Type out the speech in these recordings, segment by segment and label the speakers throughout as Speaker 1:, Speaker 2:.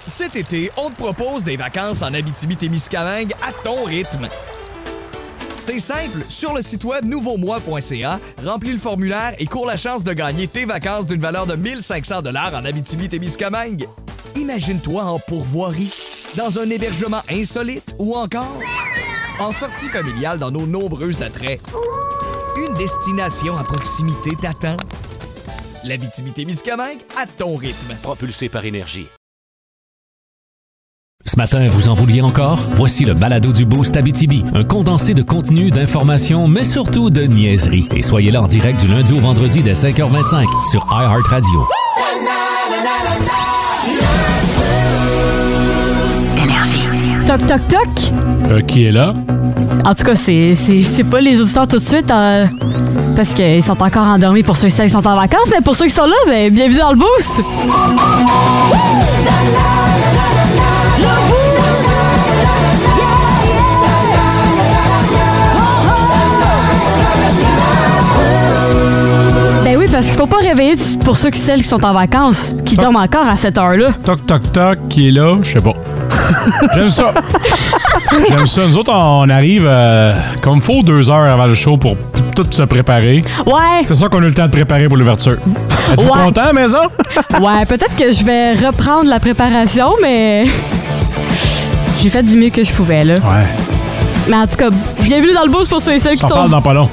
Speaker 1: Cet été, on te propose des vacances en Abitibi-Témiscamingue à ton rythme. C'est simple, sur le site web nouveaumois.ca, remplis le formulaire et cours la chance de gagner tes vacances d'une valeur de 1 500 $ en Abitibi-Témiscamingue. Imagine-toi en pourvoirie, dans un hébergement insolite ou encore en sortie familiale dans nos nombreux attraits. Une destination à proximité t'attend. L'Abitibi-Témiscamingue à ton rythme.
Speaker 2: Propulsé par Énergie.
Speaker 3: Ce matin, vous en vouliez encore? Voici le balado du Boost Abitibi, un condensé de contenu, d'informations, mais surtout de niaiseries. Et soyez là en direct du lundi au vendredi dès 5h25 sur iHeartRadio.
Speaker 4: Énergie. Toc, toc, toc.
Speaker 5: Qui est là?
Speaker 4: En tout cas, c'est pas les auditeurs tout de suite, parce qu'ils sont encore endormis pour ceux qui sont en vacances, mais pour ceux qui sont là, ben, bienvenue dans le Boost! Ben oui, parce qu'il faut pas réveiller pour ceux qui sont en vacances, qui dorment encore à cette heure-là.
Speaker 5: Toc, toc, toc, qui est là? Je sais pas. J'aime ça. J'aime ça. Nous autres, on arrive comme faut 2 heures avant le show pour tout se préparer.
Speaker 4: Ouais.
Speaker 5: C'est ça qu'on a eu le temps de préparer pour l'ouverture. Êtes-vous content à la maison?
Speaker 4: Ouais, peut-être que je vais reprendre la préparation, mais j'ai fait du mieux que je pouvais, là.
Speaker 5: Ouais.
Speaker 4: Mais en tout cas, bienvenue dans le Boost pour ceux et celles qui sont...
Speaker 5: On parle dans pas long.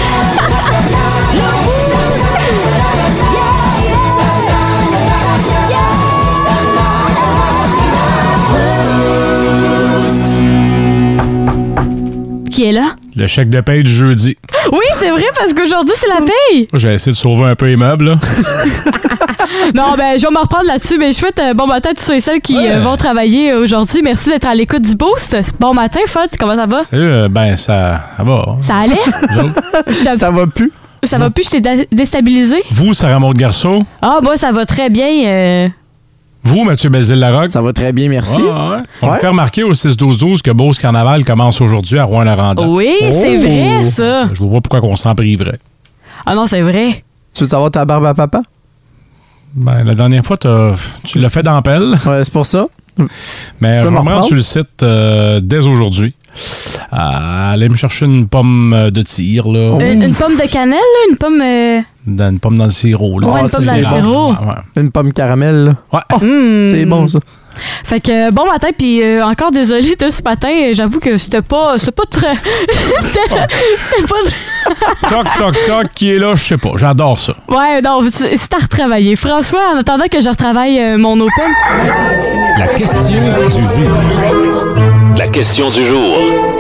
Speaker 4: Qui est là?
Speaker 5: Le chèque de paye du jeudi.
Speaker 4: Oui, c'est vrai, parce qu'aujourd'hui, c'est la paye.
Speaker 5: J'ai essayé de sauver un peu les meubles, là.
Speaker 4: Non, ben, je vais me reprendre là-dessus. Mais je souhaite bon matin à tous ceux et celles qui vont travailler aujourd'hui. Merci d'être à l'écoute du Boost. Bon matin, Fod. Comment ça va?
Speaker 5: Salut, ben, ça va.
Speaker 4: Ça allait?
Speaker 6: Ça va plus?
Speaker 4: Ça va plus? Je t'ai déstabilisé?
Speaker 5: Vous, Sarah Maud-Garceau?
Speaker 4: Ah, moi, ça va très bien.
Speaker 5: Vous, Mathieu Belzile-Larocque?
Speaker 6: Ça va très bien, merci.
Speaker 5: Ouais. On me fait remarquer au 6-12-12 que Beauce Carnaval commence aujourd'hui à Rouyn-Noranda.
Speaker 4: Oui, c'est vrai, ça.
Speaker 5: Je vois pas pourquoi on s'en priverait.
Speaker 4: Ah non, c'est vrai.
Speaker 6: Tu veux savoir ta barbe à papa?
Speaker 5: Ben, la dernière fois, tu l'as fait dans pelle.
Speaker 6: Ouais, c'est pour ça.
Speaker 5: Mais je vais me rendre sur le site dès aujourd'hui. Aller me chercher une pomme de tir, là.
Speaker 4: Une pomme de cannelle, là? Une pomme...
Speaker 5: Une pomme dans le sirop, là.
Speaker 4: Ouais, une pomme dans le sirop.
Speaker 5: Ouais.
Speaker 6: Une pomme caramel, là.
Speaker 5: Ouais.
Speaker 6: Oh, c'est bon, ça.
Speaker 4: Fait que bon matin, puis encore désolé de ce matin, j'avoue que c'était pas très... c'était pas...
Speaker 5: Toc, toc, toc, qui est là, je sais pas. J'adore ça.
Speaker 4: Ouais, non, c'est à retravailler. François, en attendant que je retravaille mon open...
Speaker 3: La question du jour.
Speaker 2: La question du jour.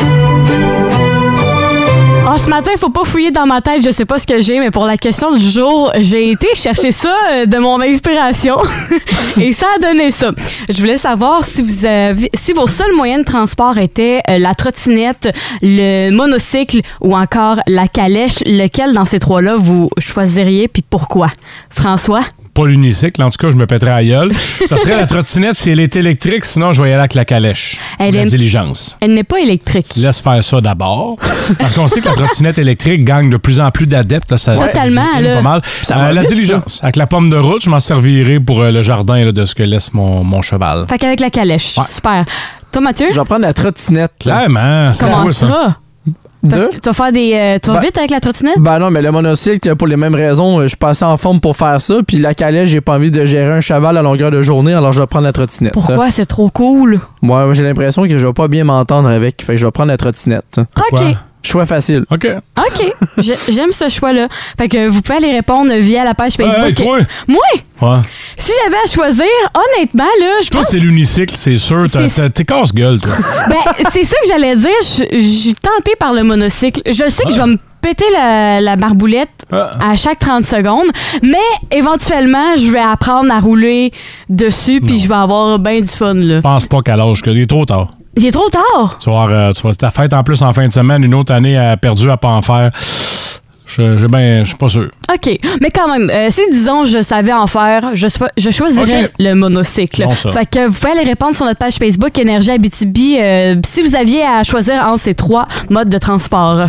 Speaker 4: Ah, ce matin, il faut pas fouiller dans ma tête, je sais pas ce que j'ai, mais pour la question du jour, j'ai été chercher ça de mon inspiration et ça a donné ça. Je voulais savoir si vos seuls moyens de transport étaient la trottinette, le monocycle ou encore la calèche, lequel dans ces trois-là vous choisiriez puis pourquoi? François?
Speaker 5: Pas l'unicycle, en tout cas, je me pèterais à gueule. Ça serait la trottinette si elle est électrique, sinon je vais y aller avec la calèche. La diligence.
Speaker 4: Elle n'est pas électrique.
Speaker 5: Laisse faire ça d'abord. Parce qu'on sait que la trottinette électrique gagne de plus en plus d'adeptes. Ça,
Speaker 4: totalement, là.
Speaker 5: Pas mal. La diligence. Ça. Avec la pomme de route, je m'en servirai pour le jardin là, de ce que laisse mon cheval.
Speaker 4: Fait qu'avec la calèche. Ouais. Super. Toi, Mathieu?
Speaker 6: Je vais prendre la trottinette. Là.
Speaker 5: Clairement.
Speaker 4: Comment ça? Parce que tu vas faire tu vas vite avec la trottinette?
Speaker 6: Ben non, mais le monocycle, pour les mêmes raisons, je suis pas assez en forme pour faire ça. Puis la calèche, j'ai pas envie de gérer un cheval à longueur de journée, alors je vais prendre la trottinette.
Speaker 4: Pourquoi? C'est trop cool.
Speaker 6: Moi, j'ai l'impression que je vais pas bien m'entendre avec. Fait que je vais prendre la trottinette.
Speaker 4: Pourquoi? OK.
Speaker 6: Choix facile.
Speaker 5: OK.
Speaker 4: J'aime ce choix-là. Fait que vous pouvez aller répondre via la page Facebook.
Speaker 5: Hey, toi?
Speaker 4: Moi?
Speaker 5: Ouais.
Speaker 4: Si j'avais à choisir, honnêtement, là, je pense...
Speaker 5: Toi, c'est l'unicycle, c'est sûr. T'es casse-gueule, toi.
Speaker 4: Ben, c'est ça que j'allais dire. Je suis tentée par le monocycle. Je sais que je vais me péter la barboulette à chaque 30 secondes, mais éventuellement, je vais apprendre à rouler dessus puis je vais avoir bien du fun, là.
Speaker 5: Je pense pas qu'à l'âge que il est trop tard.
Speaker 4: Il est trop tard.
Speaker 5: Tu vas ta fête en plus en fin de semaine, une autre année perdue à pas en faire. Je suis pas sûr.
Speaker 4: OK. Mais quand même, si, disons, je savais en faire, je choisirais le monocycle.
Speaker 5: Bon,
Speaker 4: fait que vous pouvez aller répondre sur notre page Facebook Énergie Abitibi si vous aviez à choisir entre ces trois modes de transport.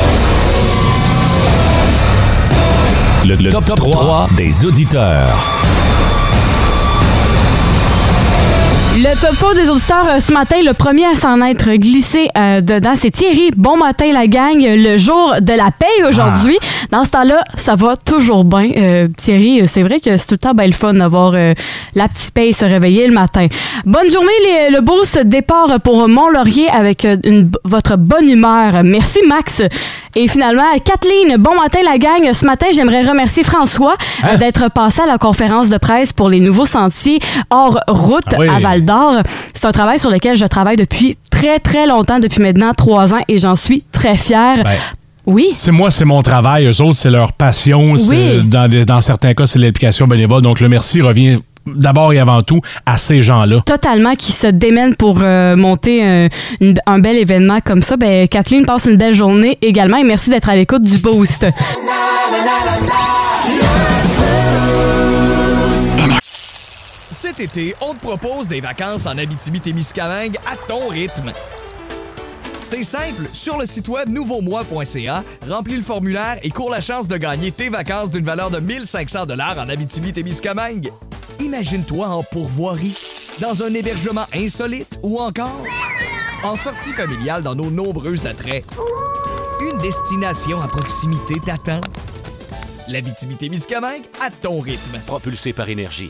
Speaker 3: Le top 3 des auditeurs.
Speaker 4: Le top 3 des auditeurs ce matin, le premier à s'en être glissé dedans, c'est Thierry. Bon matin la gang, le jour de la paye aujourd'hui. Dans ce temps-là, ça va toujours bien. Thierry, c'est vrai que c'est tout le temps bien le fun d'avoir la petite paye se réveiller le matin. Bonne journée, le boost départ pour Mont-Laurier avec votre bonne humeur. Merci Max. Et finalement, Kathleen, bon matin la gang. Ce matin, j'aimerais remercier François d'être passé à la conférence de presse pour les nouveaux sentiers hors route à Val-d'Or. C'est un travail sur lequel je travaille depuis très, très longtemps, depuis maintenant 3 ans, et j'en suis très fière. Oui.
Speaker 5: Moi, c'est mon travail. Eux autres, c'est leur passion.
Speaker 4: Oui.
Speaker 5: Dans certains cas, c'est l'implication bénévole. Donc, le merci revient d'abord et avant tout à ces gens-là.
Speaker 4: Totalement, qui se démènent pour monter un bel événement comme ça. Ben, Kathleen, passe une belle journée également et merci d'être à l'écoute du Boost.
Speaker 1: Cet été, on te propose des vacances en Abitibi-Témiscamingue à ton rythme. C'est simple, sur le site web nouveaumois.ca, remplis le formulaire et cours la chance de gagner tes vacances d'une valeur de 1 500 $ en Abitibi-Témiscamingue. Imagine-toi en pourvoirie, dans un hébergement insolite ou encore en sortie familiale dans nos nombreux attraits. Une destination à proximité t'attend. L'Abitibi-Témiscamingue à ton rythme.
Speaker 2: Propulsé par Énergie.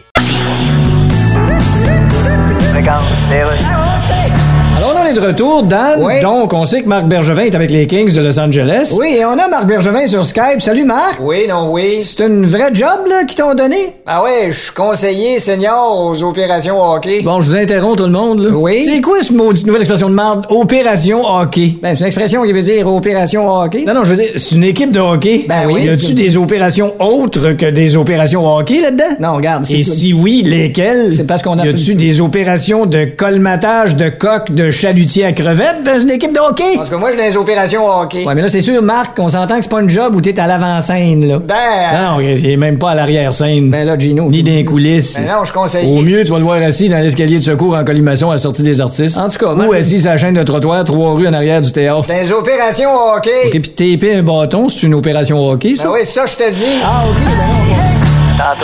Speaker 7: Alors là, on est de retour, Dan.
Speaker 8: Oui.
Speaker 7: Donc, on sait que Marc Bergevin est avec les Kings de Los Angeles.
Speaker 8: Oui, et on a Marc Bergevin sur Skype. Salut, Marc.
Speaker 7: Oui, non, oui.
Speaker 8: C'est une vraie job, là, qu'ils t'ont donné?
Speaker 7: Ah ouais, je suis conseiller senior aux opérations hockey.
Speaker 8: Bon, je vous interromps tout le monde, là.
Speaker 7: Oui.
Speaker 8: C'est quoi ce maudite nouvelle expression de marde? Opération hockey.
Speaker 7: Ben, c'est une expression qui veut dire opération hockey.
Speaker 8: Non, je veux dire, c'est une équipe de hockey.
Speaker 7: Ben oui.
Speaker 8: Y a-tu des opérations autres que des opérations hockey là-dedans?
Speaker 7: Non, regarde.
Speaker 8: Et si oui, lesquelles?
Speaker 7: C'est parce qu'on a...
Speaker 8: Y a-tu des opérations de colmatage de coques de chalutiers à crevettes dans une équipe de hockey?
Speaker 7: Parce que moi, j'ai des opérations hockey.
Speaker 8: Ouais, mais là, c'est sûr, Marc, on s'entend que c'est pas une job où t'es à l'avant-scène, là.
Speaker 7: Ben...
Speaker 8: Non, il est même pas à l'arrière-scène.
Speaker 7: Ben là, Gino...
Speaker 8: Ni dans les coulisses.
Speaker 7: Ben non, je suis conseiller.
Speaker 8: Au mieux, tu vas le voir assis dans l'escalier de secours en collimation à la sortie des artistes.
Speaker 7: En tout cas,
Speaker 8: Ou assis sur la chaîne de trottoir, 3 rues en arrière du théâtre.
Speaker 7: Des opérations hockey.
Speaker 8: OK, puis taper un bâton, c'est une opération hockey, ça?
Speaker 7: Ben oui, ça, je te dis.
Speaker 8: Ah, OK, ben non.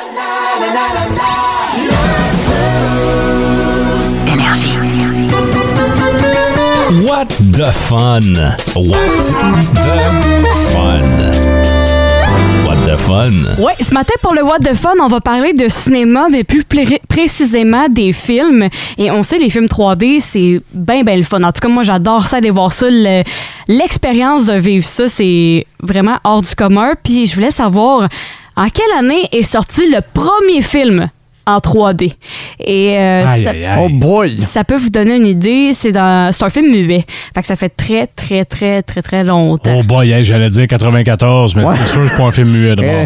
Speaker 3: What the fun? What the fun? What the fun?
Speaker 4: Oui, ce matin, pour le What the Fun, on va parler de cinéma, mais plus précisément des films. Et on sait, les films 3D, c'est bien le fun. En tout cas, moi, j'adore ça, aller voir ça. L'expérience de vivre ça, c'est vraiment hors du commun. Puis je voulais savoir, en quelle année est sorti le premier film en 3D? Et
Speaker 6: Oh boy!
Speaker 4: ça peut vous donner une idée, c'est un film muet. Fait que ça fait très longtemps.
Speaker 5: Oh boy, hey, j'allais dire 94, mais c'est sûr que c'est pas un film muet d'abord.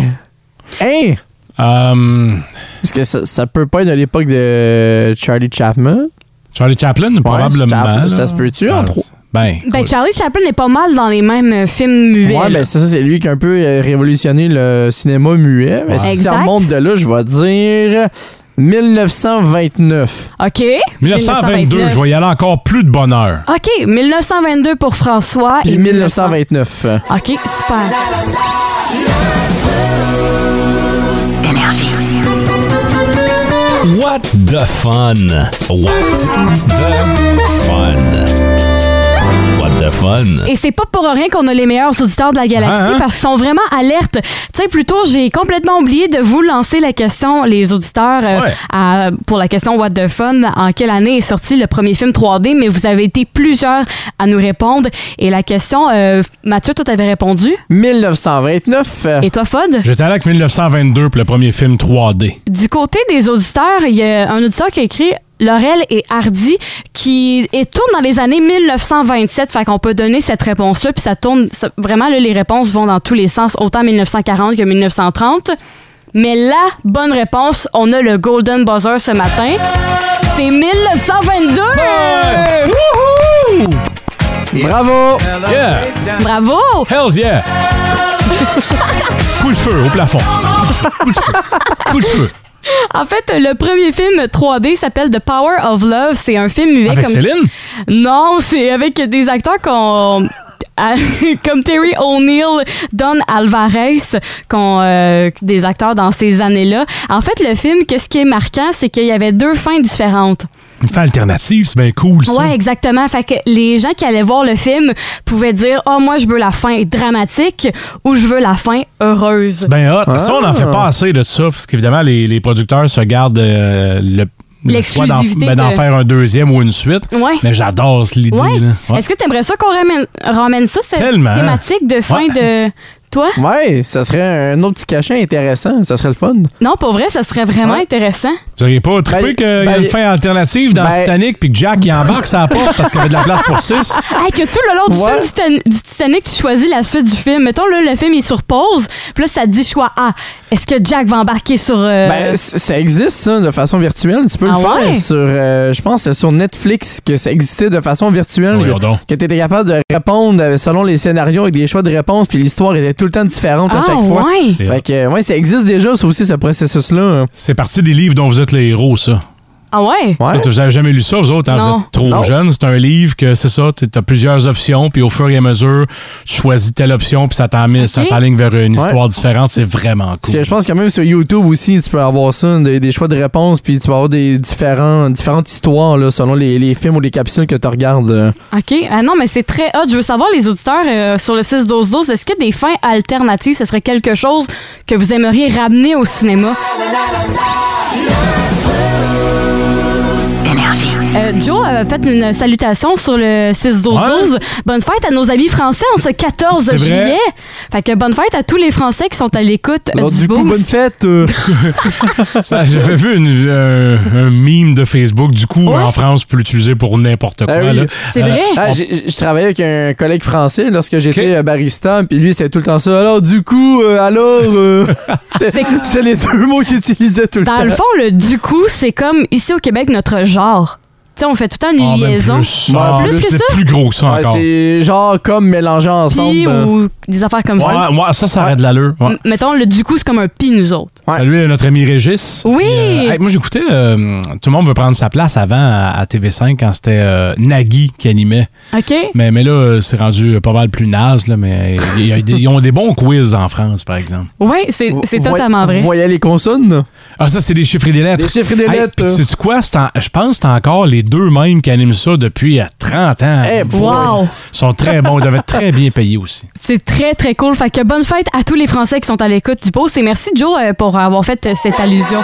Speaker 6: Est-ce que ça peut pas être de l'époque de Charlie Chaplin?
Speaker 5: Charlie Chaplin, probablement.
Speaker 6: Ça se peut-tu en trop?
Speaker 4: Ben, Charlie Chaplin est pas mal dans les mêmes films muets.
Speaker 6: Ouais, ben c'est lui qui a un peu révolutionné le cinéma muet. Mais si ça remonte de là, je vais dire 1929.
Speaker 4: OK.
Speaker 5: 1922, je vais y aller encore plus de bonheur.
Speaker 4: OK, 1922 pour François.
Speaker 6: Et 1929.
Speaker 4: OK, super.
Speaker 3: What the fun? What the fun? What the fun?
Speaker 4: Et c'est pas pour rien qu'on a les meilleurs auditeurs de la galaxie parce qu'ils sont vraiment alertes. Tu sais, plutôt, j'ai complètement oublié de vous lancer la question, les auditeurs, pour la question What the Fun, en quelle année est sorti le premier film 3D, mais vous avez été plusieurs à nous répondre. Et la question, Mathieu, toi, t'avais répondu?
Speaker 6: 1929.
Speaker 4: Et toi, Fod?
Speaker 5: J'étais allé avec 1922 pour le premier film 3D.
Speaker 4: Du côté des auditeurs, il y a un auditeur qui a écrit Laurel et Hardy qui tourne dans les années 1927, fait qu'on peut donner cette réponse-là, puis ça tourne, vraiment, là, les réponses vont dans tous les sens, autant 1940 que 1930. Mais la bonne réponse, on a le Golden Buzzer ce matin, c'est 1922!
Speaker 5: Wouhou!
Speaker 6: Bravo!
Speaker 5: Yeah!
Speaker 4: Bravo!
Speaker 5: Hells yeah! Coup de feu au plafond. Coup de feu. Coup de feu.
Speaker 4: En fait, le premier film 3D s'appelle The Power of Love. C'est un film muet.
Speaker 5: Avec Céline?
Speaker 4: Non, c'est avec des acteurs comme Terry O'Neill, Don Alvarez, des acteurs dans ces années-là. En fait, le film, qu'est-ce qui est marquant, c'est qu'il y avait 2 fins différentes.
Speaker 5: Une fin alternative, c'est bien cool, ça.
Speaker 4: Ouais, exactement. Fait que les gens qui allaient voir le film pouvaient dire « Ah, moi, je veux la fin dramatique » ou « Je veux la fin heureuse ».
Speaker 5: C'est bien hot. Ça, on n'en fait pas assez de ça, parce qu'évidemment, les producteurs se gardent
Speaker 4: l'exclusivité
Speaker 5: d'en faire un deuxième ou une suite.
Speaker 4: Ouais.
Speaker 5: Mais j'adore l'idée.
Speaker 4: Ouais.
Speaker 5: Là. Ouais.
Speaker 4: Est-ce que tu aimerais ça qu'on ramène ça, cette
Speaker 5: Tellement.
Speaker 4: thématique de fin de... Toi?
Speaker 6: Ouais, ça serait un autre petit cachet intéressant. Ça serait le fun.
Speaker 4: Non, pour vrai, ça serait vraiment intéressant.
Speaker 5: Vous n'auriez pas trippé qu'il y a une fin alternative dans Titanic puis que Jack il embarque sa porte parce qu'il y avait de la place pour 6?
Speaker 4: Hey, que tout le long du film du Titanic, tu choisis la suite du film. Mettons, là, le film est sur pause, puis là, ça te dit choix A. Est-ce que Jack va embarquer sur...
Speaker 6: ça existe, ça, de façon virtuelle. Tu peux le faire sur... je pense que c'est sur Netflix que ça existait de façon virtuelle. Que tu étais capable de répondre selon les scénarios avec des choix de réponse, puis l'histoire était tout le temps différente à chaque fois. Fait que, ça existe déjà, ça aussi, ce processus-là.
Speaker 5: C'est parti des livres dont vous êtes les héros, ça.
Speaker 4: Ah ouais?
Speaker 5: Vous n'avez jamais lu ça, vous autres, hein? Vous êtes trop jeunes. C'est un livre que, c'est ça, tu as plusieurs options, puis au fur et à mesure, tu choisis telle option, puis ça t'enligne vers une histoire différente. C'est vraiment cool.
Speaker 6: Je pense que même sur YouTube aussi, tu peux avoir ça, des choix de réponse, puis tu peux avoir des différentes histoires là, selon les films ou les capsules que tu regardes.
Speaker 4: OK. Non, mais c'est très hot. Je veux savoir, les auditeurs, sur le 6-12-12, est-ce que des fins alternatives, ce serait quelque chose que vous aimeriez ramener au cinéma? Joe a fait une salutation sur le 6-12-12. Ouais. Bonne fête à nos amis français en ce 14 juillet. Fait que bonne fête à tous les Français qui sont à l'écoute du Boost.
Speaker 6: Bonne fête!
Speaker 5: J'avais vu un meme de Facebook. Du coup, en France, tu peux l'utiliser pour n'importe quoi.
Speaker 4: Oui. C'est vrai?
Speaker 6: Je travaillais avec un collègue français lorsque j'étais barista, puis lui, c'était tout le temps ça. Alors, du coup, c'est les deux mots qu'il utilisait tout le temps.
Speaker 4: Dans le fond, le du coup, c'est comme ici au Québec, notre genre. Tu sais, on fait tout le temps une liaison.
Speaker 5: Plus que ça? C'est plus gros que ça encore.
Speaker 6: C'est genre comme mélanger ensemble.
Speaker 4: Pis ou des affaires comme ça.
Speaker 5: Moi, ça aurait de l'allure.
Speaker 4: Mettons, le du coup, c'est comme un pis, nous autres.
Speaker 5: Salut notre ami Régis.
Speaker 4: Oui!
Speaker 5: Moi, j'écoutais Tout le monde veut prendre sa place avant à TV5 quand c'était Nagui qui animait.
Speaker 4: OK.
Speaker 5: Mais là, c'est rendu pas mal plus naze, là, mais ils ont des bons quiz en France, par exemple.
Speaker 4: Oui, c'est totalement vrai.
Speaker 6: Vous voyez les consonnes?
Speaker 5: Ah, ça, c'est des chiffres et des lettres.
Speaker 6: Des chiffres et des lettres.
Speaker 5: Puis tu sais quoi? Je pense que c'est encore les deux mêmes qui animent ça depuis 30 ans.
Speaker 4: Wow!
Speaker 5: Ils sont très bons. Ils doivent être très bien payés aussi.
Speaker 4: C'est très, très cool. Fait que bonne fête à tous les Français qui sont à l'écoute du Boost. Et merci, Joe, pour avoir fait cette allusion.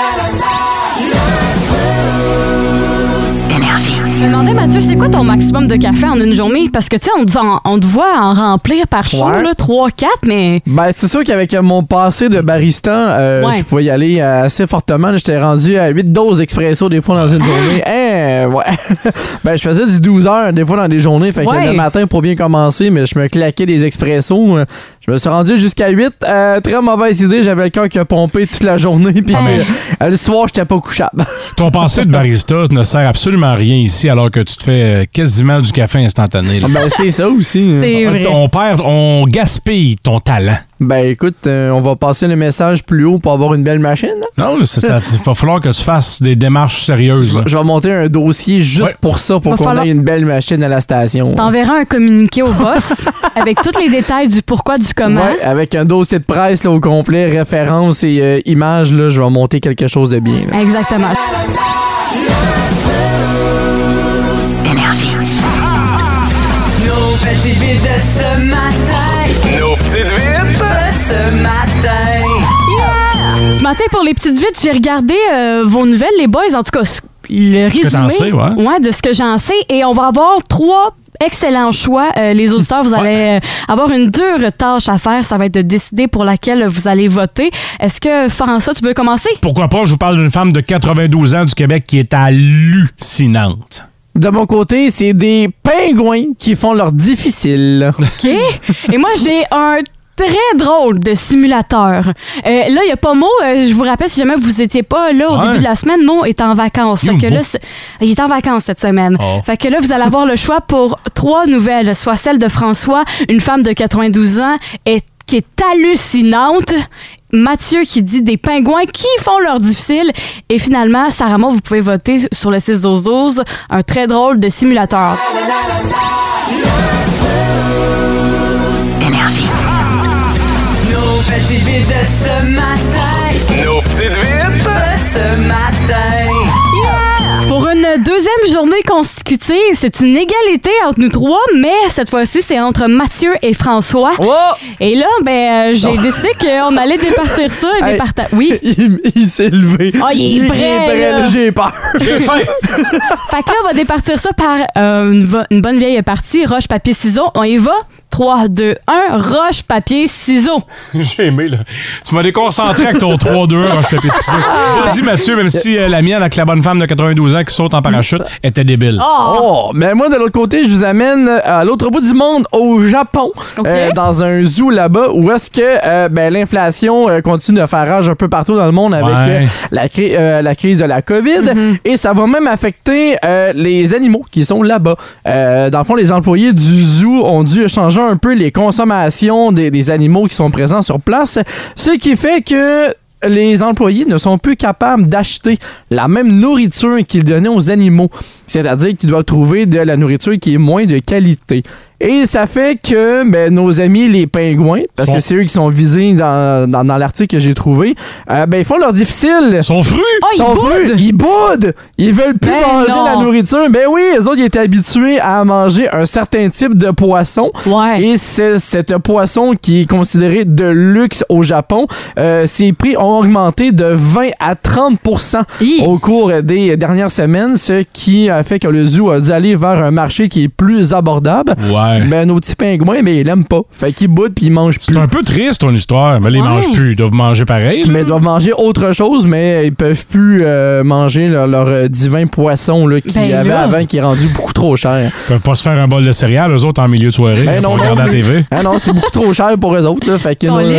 Speaker 4: Je me demandais, Mathieu, c'est quoi ton maximum de café en une journée? Parce que, tu sais, on te voit en remplir par show, là, 3-4, mais...
Speaker 6: Ben, c'est sûr qu'avec mon passé de barista, je pouvais y aller assez fortement. J'étais rendu à 8 doses expresso des fois dans une journée. Ben, je faisais du 12 heures des fois dans des journées. Fait que le matin, pour bien commencer, mais je me claquais des expressos. Je me suis rendu jusqu'à 8. Très mauvaise idée. J'avais le cœur qui a pompé toute la journée. Puis le soir, j'étais pas couchable.
Speaker 5: Ton passé de barista ne sert absolument à rien ici alors que tu te fais quasiment du café instantané.
Speaker 6: Ben, c'est ça aussi.
Speaker 4: C'est vrai.
Speaker 5: On gaspille ton talent.
Speaker 6: Ben écoute, on va passer le message plus haut pour avoir une belle machine.
Speaker 5: Non, il va falloir que tu fasses des démarches sérieuses.
Speaker 6: Je vais monter un dossier juste pour ça, pour qu'on ait une belle machine à la station.
Speaker 4: T'enverras un communiqué au boss avec tous les détails du pourquoi, du comment.
Speaker 6: Ouais, avec un dossier de presse là, au complet, références et images, là, je vais monter quelque chose de bien. Là.
Speaker 4: Exactement.
Speaker 9: Nos petites vites de ce matin.
Speaker 2: Nos petites vites
Speaker 9: de ce matin.
Speaker 4: Yeah! Ce matin, pour les petites vites, j'ai regardé vos nouvelles, les boys. En tout cas, le résumé de ce que j'en sais. Et on va avoir 3 excellents choix. Les auditeurs, vous allez avoir une dure tâche à faire. Ça va être de décider pour laquelle vous allez voter. Est-ce que, François, tu veux commencer?
Speaker 5: Pourquoi pas? Je vous parle d'une femme de 92 ans du Québec qui est hallucinante.
Speaker 6: De mon côté, c'est des pingouins qui font leur difficile.
Speaker 4: OK. Et moi, j'ai un très drôle de simulateur. Là, il n'y a pas Mo. Je vous rappelle, si jamais vous étiez pas là au début de la semaine, Mo est en vacances. Fait que là, il est en vacances cette semaine. Fait que là, vous allez avoir le choix pour 3 nouvelles. Soit celle de François, une femme de 92 ans qui est hallucinante. Mathieu qui dit des pingouins qui font leur difficile. Et finalement, Sarah Maud, vous pouvez voter sur le 6-12-12. Un très drôle de simulateur.
Speaker 9: Énergie. Nos petites vites de ce matin.
Speaker 2: Nos petites vites
Speaker 9: de ce matin. Yeah!
Speaker 4: Pour une journée consécutive, c'est une égalité entre nous trois, mais cette fois-ci, c'est entre Mathieu et François.
Speaker 6: Oh!
Speaker 4: Et là, j'ai décidé qu'on allait départir ça. Oui.
Speaker 6: Il s'est levé.
Speaker 4: Ah, il est prêt, là.
Speaker 6: J'ai peur.
Speaker 5: J'ai faim.
Speaker 4: Fait que là, on va départir ça par une bonne vieille partie, roche, papier, ciseaux. On y va. 3, 2, 1, roche, papier, ciseaux.
Speaker 5: J'ai aimé, là. Tu m'as déconcentré avec ton 3, 2, 1, roche, papier, ciseaux. Vas-y, Mathieu, même si la mienne, avec la bonne femme de 92 ans qui saute en parachute, était débile.
Speaker 6: Oh! Mais moi, de l'autre côté, je vous amène à l'autre bout du monde, au Japon, dans un zoo là-bas, où est-ce que l'inflation continue de faire rage un peu partout dans le monde avec la crise de la COVID. Et ça va même affecter les animaux qui sont là-bas. Dans le fond, les employés du zoo ont dû changer un peu les consommations des animaux qui sont présents sur place, ce qui fait que les employés ne sont plus capables d'acheter la même nourriture qu'ils donnaient aux animaux. C'est-à-dire qu'ils doivent trouver de la nourriture qui est moins de qualité. Et ça fait que nos amis les pingouins, parce que c'est eux qui sont visés dans l'article que j'ai trouvé, ils font leur difficile.
Speaker 5: Ils sont frus.
Speaker 6: Ils boudent. Ils veulent plus manger la nourriture. Ben oui, eux autres, ils étaient habitués à manger un certain type de poisson.
Speaker 4: Ouais.
Speaker 6: Et c'est cet poisson qui est considéré de luxe au Japon. Ses prix ont augmenté de 20 à 30% au cours des dernières semaines, ce qui a fait que le zoo a dû aller vers un marché qui est plus abordable.
Speaker 5: Ouais.
Speaker 6: Mais nos petits pingouins, ils l'aiment pas. Fait qu'ils boudent puis ils mangent plus.
Speaker 5: C'est un peu triste ton histoire, mais ils mangent plus. Ils doivent manger pareil.
Speaker 6: Mais ils doivent manger autre chose, mais ils peuvent plus manger leur divin poisson qu'ils avaient avant, qui est rendu beaucoup trop cher.
Speaker 5: Ils peuvent pas se faire un bol de céréales, eux autres, en milieu de soirée.
Speaker 6: Non,
Speaker 5: regarder la TV.
Speaker 6: Non, c'est beaucoup trop cher pour eux autres. Là. Fait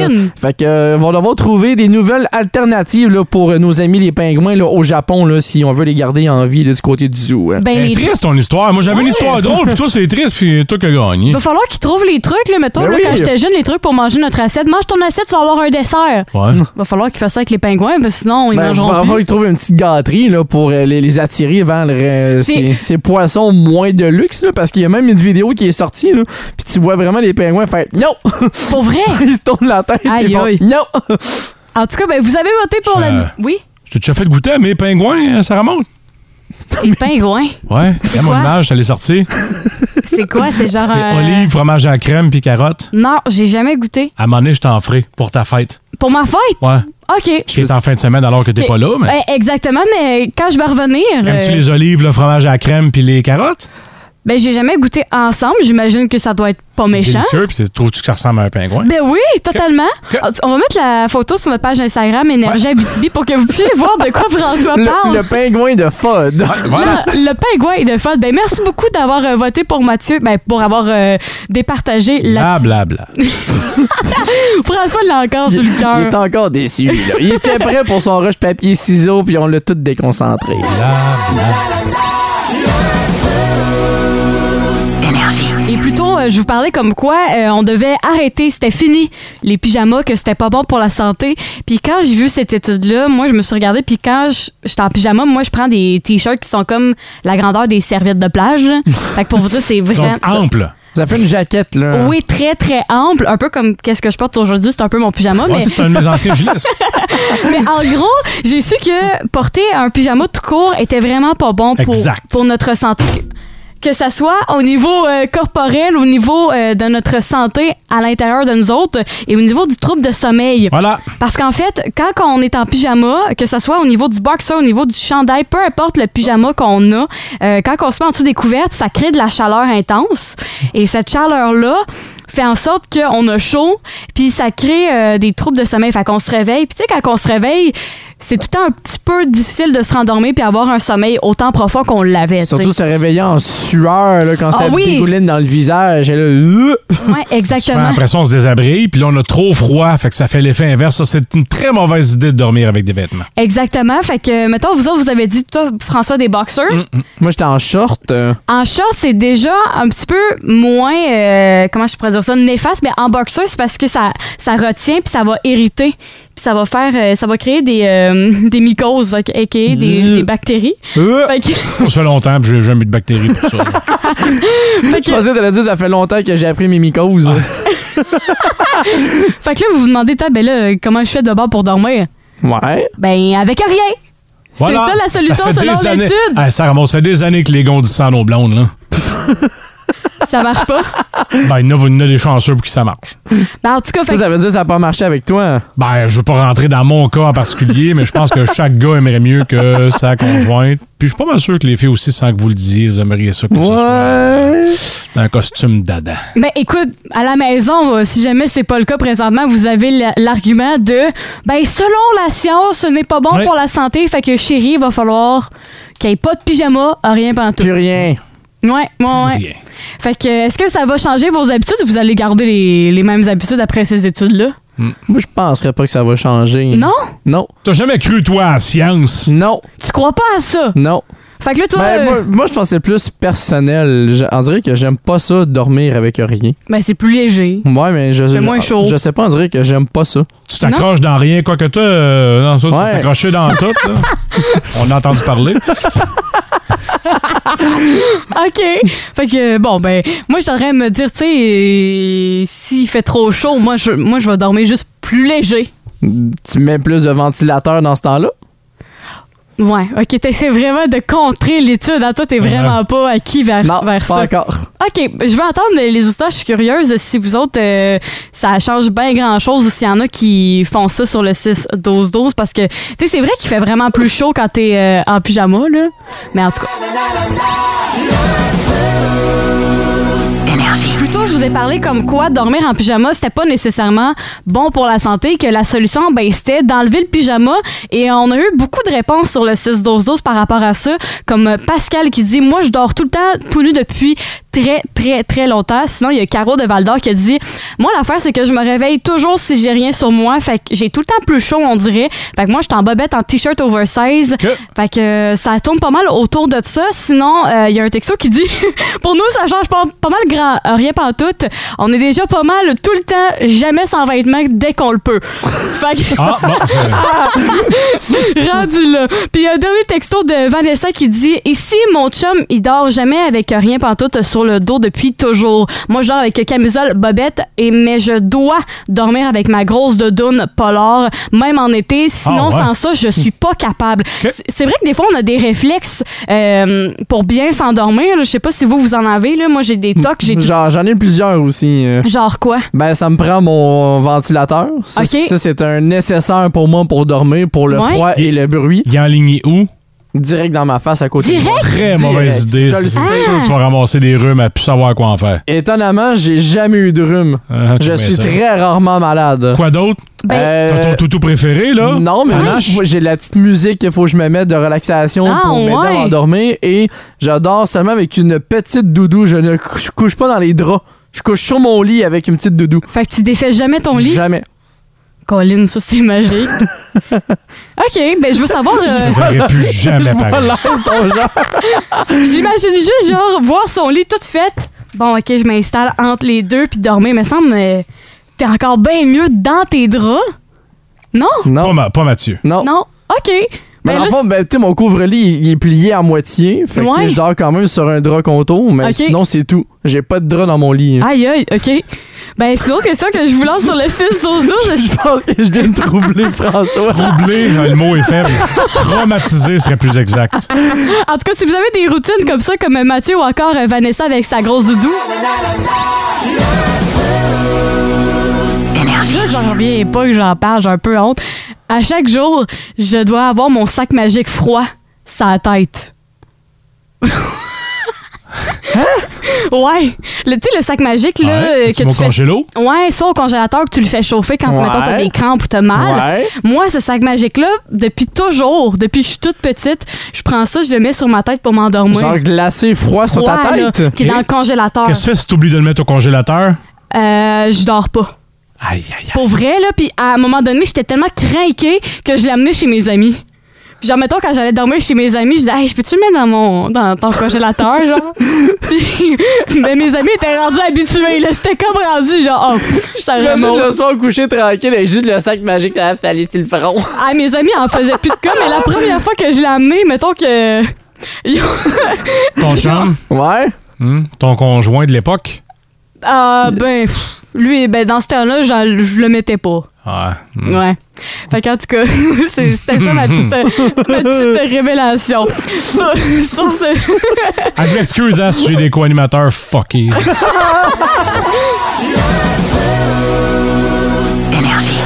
Speaker 6: que vont devoir trouver des nouvelles alternatives là, pour nos amis les pingouins là, au Japon, là, si on veut les garder en vie là, du côté du zoo. Hein.
Speaker 5: C'est triste ton histoire. Moi, j'avais une histoire drôle, puis toi, c'est triste, puis toi qui as gagné.
Speaker 4: Il va falloir qu'ils trouvent les trucs, là, mettons, quand j'étais jeune, les trucs pour manger notre assiette. Mange ton assiette, tu vas avoir un dessert.
Speaker 5: Ouais.
Speaker 4: Il va falloir qu'ils fassent ça avec les pingouins, parce que sinon, ils mangeront plus.
Speaker 6: Il va falloir qu'ils trouvent une petite gâterie là, pour les attirer vers ces poissons moins de luxe, là, parce qu'il y a même une vidéo qui est sortie, puis tu vois vraiment les pingouins faire « Non! »
Speaker 4: Pour vrai?
Speaker 6: Ils se tournent la tête et font « Non! »
Speaker 4: En tout cas, vous avez voté pour la... Oui?
Speaker 5: Je t'ai déjà fait goûter à mes pingouins, ça remonte.
Speaker 4: Les pingouins?
Speaker 5: Ouais, c'est mon image, ça l'est sorti.
Speaker 4: C'est quoi? C'est genre...
Speaker 5: C'est olive, fromage à la crème puis carotte.
Speaker 4: Non, j'ai jamais goûté.
Speaker 5: À un moment donné, je t'en ferai pour ta fête.
Speaker 4: Pour ma fête?
Speaker 5: Ouais.
Speaker 4: OK.
Speaker 5: Qui est en fin de semaine alors que t'es pas là, mais...
Speaker 4: Exactement, mais quand je vais revenir...
Speaker 5: Aimes-tu les olives, le fromage à la crème puis les carottes?
Speaker 4: J'ai jamais goûté ensemble. J'imagine que ça doit être pas méchant.
Speaker 5: C'est délicieux, puis trouves-tu que ça ressemble à un pingouin?
Speaker 4: Ben oui, totalement. On va mettre la photo sur notre page Instagram Énergie Abitibi pour que vous puissiez voir de quoi François parle.
Speaker 6: Le pingouin de FOD.
Speaker 5: Voilà.
Speaker 4: Le pingouin de FOD. Merci beaucoup d'avoir voté pour Mathieu, pour avoir départagé la...
Speaker 5: Blabla.
Speaker 4: François l'a encore sur le cœur.
Speaker 6: Il est encore déçu. Là. Il était prêt pour son rush papier ciseaux, puis on l'a tout déconcentré.
Speaker 4: Et plutôt, je vous parlais comme quoi on devait arrêter, c'était fini, les pyjamas, que c'était pas bon pour la santé. Puis quand j'ai vu cette étude-là, moi, je me suis regardée, puis quand j'étais en pyjama, moi, je prends des t-shirts qui sont comme la grandeur des serviettes de plage. Là. Fait que pour vous dire, c'est vraiment...
Speaker 5: Donc, ample.
Speaker 6: Ça fait une jaquette, là.
Speaker 4: Oui, très, très ample. Un peu comme qu'est-ce que je porte aujourd'hui, c'est un peu mon pyjama. Mais...
Speaker 5: c'est un de mes anciens gilets, ça.
Speaker 4: Mais en gros, j'ai su que porter un pyjama tout court était vraiment pas bon pour notre santé. Que ça soit au niveau corporel, au niveau de notre santé à l'intérieur de nous autres et au niveau du trouble de sommeil.
Speaker 5: Voilà.
Speaker 4: Parce qu'en fait, quand on est en pyjama, que ça soit au niveau du boxer, au niveau du chandail, peu importe le pyjama qu'on a, quand on se met en dessous des couvertes, ça crée de la chaleur intense. Et cette chaleur-là fait en sorte qu'on a chaud, puis ça crée des troubles de sommeil. Fait qu'on se réveille. Puis tu sais, quand on se réveille, c'est tout le temps un petit peu difficile de se rendormir puis avoir un sommeil autant profond qu'on l'avait.
Speaker 6: Surtout se réveiller en sueur là, quand ça dégouline dans le visage.
Speaker 4: Oui, exactement.
Speaker 5: J'ai l'impression qu'on se désabrille, puis là, on a trop froid, fait que ça fait l'effet inverse. Ça, c'est une très mauvaise idée de dormir avec des vêtements.
Speaker 4: Exactement. Fait que, mettons, vous autres, vous avez dit, toi, François, des boxers.
Speaker 6: Moi, j'étais en short.
Speaker 4: En short, c'est déjà un petit peu moins, comment je pourrais dire ça, néfaste, mais en boxer, c'est parce que ça retient puis ça va irriter. Puis ça va créer des mycoses, a.k.a. des bactéries. Fait que...
Speaker 5: Ça fait longtemps que j'ai jamais eu de bactéries pour ça.
Speaker 6: Je pensais que t'allais dire ça fait longtemps que j'ai appris mes mycoses.
Speaker 4: Fait que là, vous vous demandez, comment je fais d'abord pour dormir?
Speaker 6: Ouais.
Speaker 4: Ben, avec rien.
Speaker 5: Voilà.
Speaker 4: C'est ça la solution selon l'étude?
Speaker 5: Hey, Sarah, ça fait des années que les gars ont dit ça à nos blondes, là.
Speaker 4: Ça marche pas?
Speaker 5: Ben, il y en a des chanceux pour qui ça marche.
Speaker 4: Ben, en tout cas,
Speaker 6: ça veut dire que ça n'a pas marché avec toi?
Speaker 5: Ben, je veux pas rentrer dans mon cas en particulier, mais je pense que chaque gars aimerait mieux que sa conjointe. Puis je suis pas mal sûr que les filles aussi, sans que vous le disiez, vous aimeriez ça que ce soit dans un costume d'Adam.
Speaker 4: Ben, écoute, à la maison, si jamais c'est pas le cas présentement, vous avez l'argument de ben, selon la science, ce n'est pas bon pour la santé, fait que chérie, il va falloir qu'il n'y ait pas de pyjama, rien pantoute.
Speaker 6: Plus rien.
Speaker 4: Ouais. Fait que, est-ce que ça va changer vos habitudes ou vous allez garder les mêmes habitudes après ces études-là?
Speaker 6: Moi, je penserais pas que ça va changer.
Speaker 4: Non?
Speaker 6: Non.
Speaker 5: T'as jamais cru, toi, en science?
Speaker 6: Non.
Speaker 4: Tu crois pas à ça?
Speaker 6: Non.
Speaker 4: Fait que là, toi...
Speaker 6: moi, je pense que c'est plus personnel. On dirait que j'aime pas ça, dormir avec rien.
Speaker 4: Ben, c'est plus léger.
Speaker 6: Ouais, mais
Speaker 4: c'est moins chaud.
Speaker 6: Je sais pas, on dirait que j'aime pas ça.
Speaker 5: Tu t'accroches dans rien, quoi que toi, tu t'accroches dans tout, là. On a entendu parler.
Speaker 4: OK. Fait que, bon, ben, moi, je suis en train de me dire, tu sais, s'il fait trop chaud, moi, je vais dormir juste plus léger.
Speaker 6: Tu mets plus de ventilateur dans ce temps-là?
Speaker 4: Ouais, OK, t'essaies vraiment de contrer l'étude. Hein? Toi, t'es vraiment pas acquis vers
Speaker 6: non,
Speaker 4: vers
Speaker 6: pas
Speaker 4: ça.
Speaker 6: encore.
Speaker 4: OK, je vais entendre les auditeurs. Je suis curieuse si vous autres, ça change bien grand-chose ou s'il y en a qui font ça sur le 6-12-12 parce que, tu sais, c'est vrai qu'il fait vraiment plus chaud quand t'es en pyjama, là. Mais en tout cas... Plus tôt, je vous ai parlé comme quoi dormir en pyjama, c'était pas nécessairement bon pour la santé, que la solution, ben, c'était d'enlever le pyjama. Et on a eu beaucoup de réponses sur le 6-12-12 par rapport à ça, comme Pascal qui dit « Moi, je dors tout le temps tout nu depuis très, très, très longtemps. » Sinon, il y a Caro de Val-d'Or qui a dit « Moi, l'affaire, c'est que je me réveille toujours si j'ai rien sur moi. Fait que j'ai tout le temps plus chaud, on dirait. Fait que moi, je suis en bobette, en t-shirt oversize. Fait que ça tourne pas mal autour de ça. Sinon, il y a un texto qui dit « Pour nous, ça change pas mal rien pantoute. On est déjà pas mal tout le temps, jamais sans vêtements dès qu'on le peut. » Fait que... rendu là. Puis il y a un dernier texto de Vanessa qui dit « Ici, mon chum, il dort jamais avec rien pantoute sur le dos depuis toujours. Moi, je dors avec camisole, bobette, mais je dois dormir avec ma grosse doudoune polar, même en été. Sinon, sans ça, je suis pas capable. » C'est vrai que des fois, on a des réflexes pour bien s'endormir. Je sais pas si vous en avez. Là. Moi, j'ai des tocs.
Speaker 6: J'en ai plusieurs aussi.
Speaker 4: Genre quoi?
Speaker 6: Ben, ça me prend mon ventilateur. Ça, c'est un nécessaire pour moi pour dormir, pour le froid et le bruit.
Speaker 5: Il est enligné où?
Speaker 6: Direct dans ma face à côté de moi.
Speaker 5: Très mauvaise idée. Je le sais. Tu vas ramasser des rhumes à plus savoir quoi en faire.
Speaker 6: Étonnamment, j'ai jamais eu de rhume. Je suis très rarement malade.
Speaker 5: Quoi d'autre? T'as ton toutou préféré, là?
Speaker 6: Non, mais moi, j'ai la petite musique qu'il faut que je me mette de relaxation pour m'aider à m'endormir. Et j'adore seulement avec une petite doudou. Je ne couche pas dans les draps. Je couche sur mon lit avec une petite doudou.
Speaker 4: Fait que tu défais jamais ton lit?
Speaker 6: Jamais.
Speaker 4: Colin, ça c'est magique. OK, ben je veux savoir...
Speaker 5: Je ne verrai plus jamais pareil.
Speaker 4: J'imagine juste genre voir son lit tout fait. Bon, OK, je m'installe entre les deux puis dormir. Mais semble t'es encore bien mieux dans tes draps. Non?
Speaker 6: Non.
Speaker 5: Pas Mathieu.
Speaker 6: Non.
Speaker 4: OK.
Speaker 6: Mais en fait, mon couvre-lit, il est plié à moitié. Fait que je dors quand même sur un drap contour, mais sinon, c'est tout. J'ai pas de drap dans mon lit.
Speaker 4: Aïe, OK. Ben, c'est l'autre question que je vous lance sur le 6-12-12.
Speaker 6: Je pense que je viens de troubler François.
Speaker 5: Troubler, le mot est faible. Traumatisé serait plus exact.
Speaker 4: En tout cas, si vous avez des routines comme ça, comme Mathieu ou encore Vanessa avec sa grosse doudou. Là, j'en reviens pas que j'en parle, j'ai un peu honte. À chaque jour, je dois avoir mon sac magique froid sur la tête. Ouais. Tu sais, le sac magique, là, que tu fais...
Speaker 5: congélo?
Speaker 4: Ouais, soit au congélateur que tu le fais chauffer quand, mettons, t'as des crampes ou t'as mal.
Speaker 6: Ouais.
Speaker 4: Moi, ce sac magique-là, depuis toujours, depuis que je suis toute petite, je prends ça, je le mets sur ma tête pour m'endormir.
Speaker 6: Genre glacé froid sur ta tête?
Speaker 4: Là, qui est dans le congélateur.
Speaker 5: Qu'est-ce que tu fais si t'oublies de le mettre au congélateur?
Speaker 4: Je dors pas.
Speaker 5: Aïe.
Speaker 4: Pour vrai, là, puis à un moment donné, j'étais tellement craquée que je l'ai amené chez mes amis. Puis genre, mettons, quand j'allais dormir chez mes amis, je disais, hey, je peux-tu le mettre dans ton congélateur, genre? Puis, mais mes amis étaient rendus habitués, là. C'était comme rendu, genre, j'étais vraiment...
Speaker 6: le soir couché tranquille, et juste le sac magique, ça a fallu sur le front.
Speaker 4: Ah, mes amis en faisaient plus de cas, mais la première fois que je l'ai amené, mettons que...
Speaker 5: Ton chum?
Speaker 6: Ouais.
Speaker 5: Ton conjoint de l'époque?
Speaker 4: Lui, ben, dans ce temps-là, je le mettais pas. Ouais. Fait qu'en tout cas, c'était ça ma petite révélation. Sur ce...
Speaker 5: Je m'excuse si j'ai des co-animateurs fuckés.
Speaker 7: Énergie.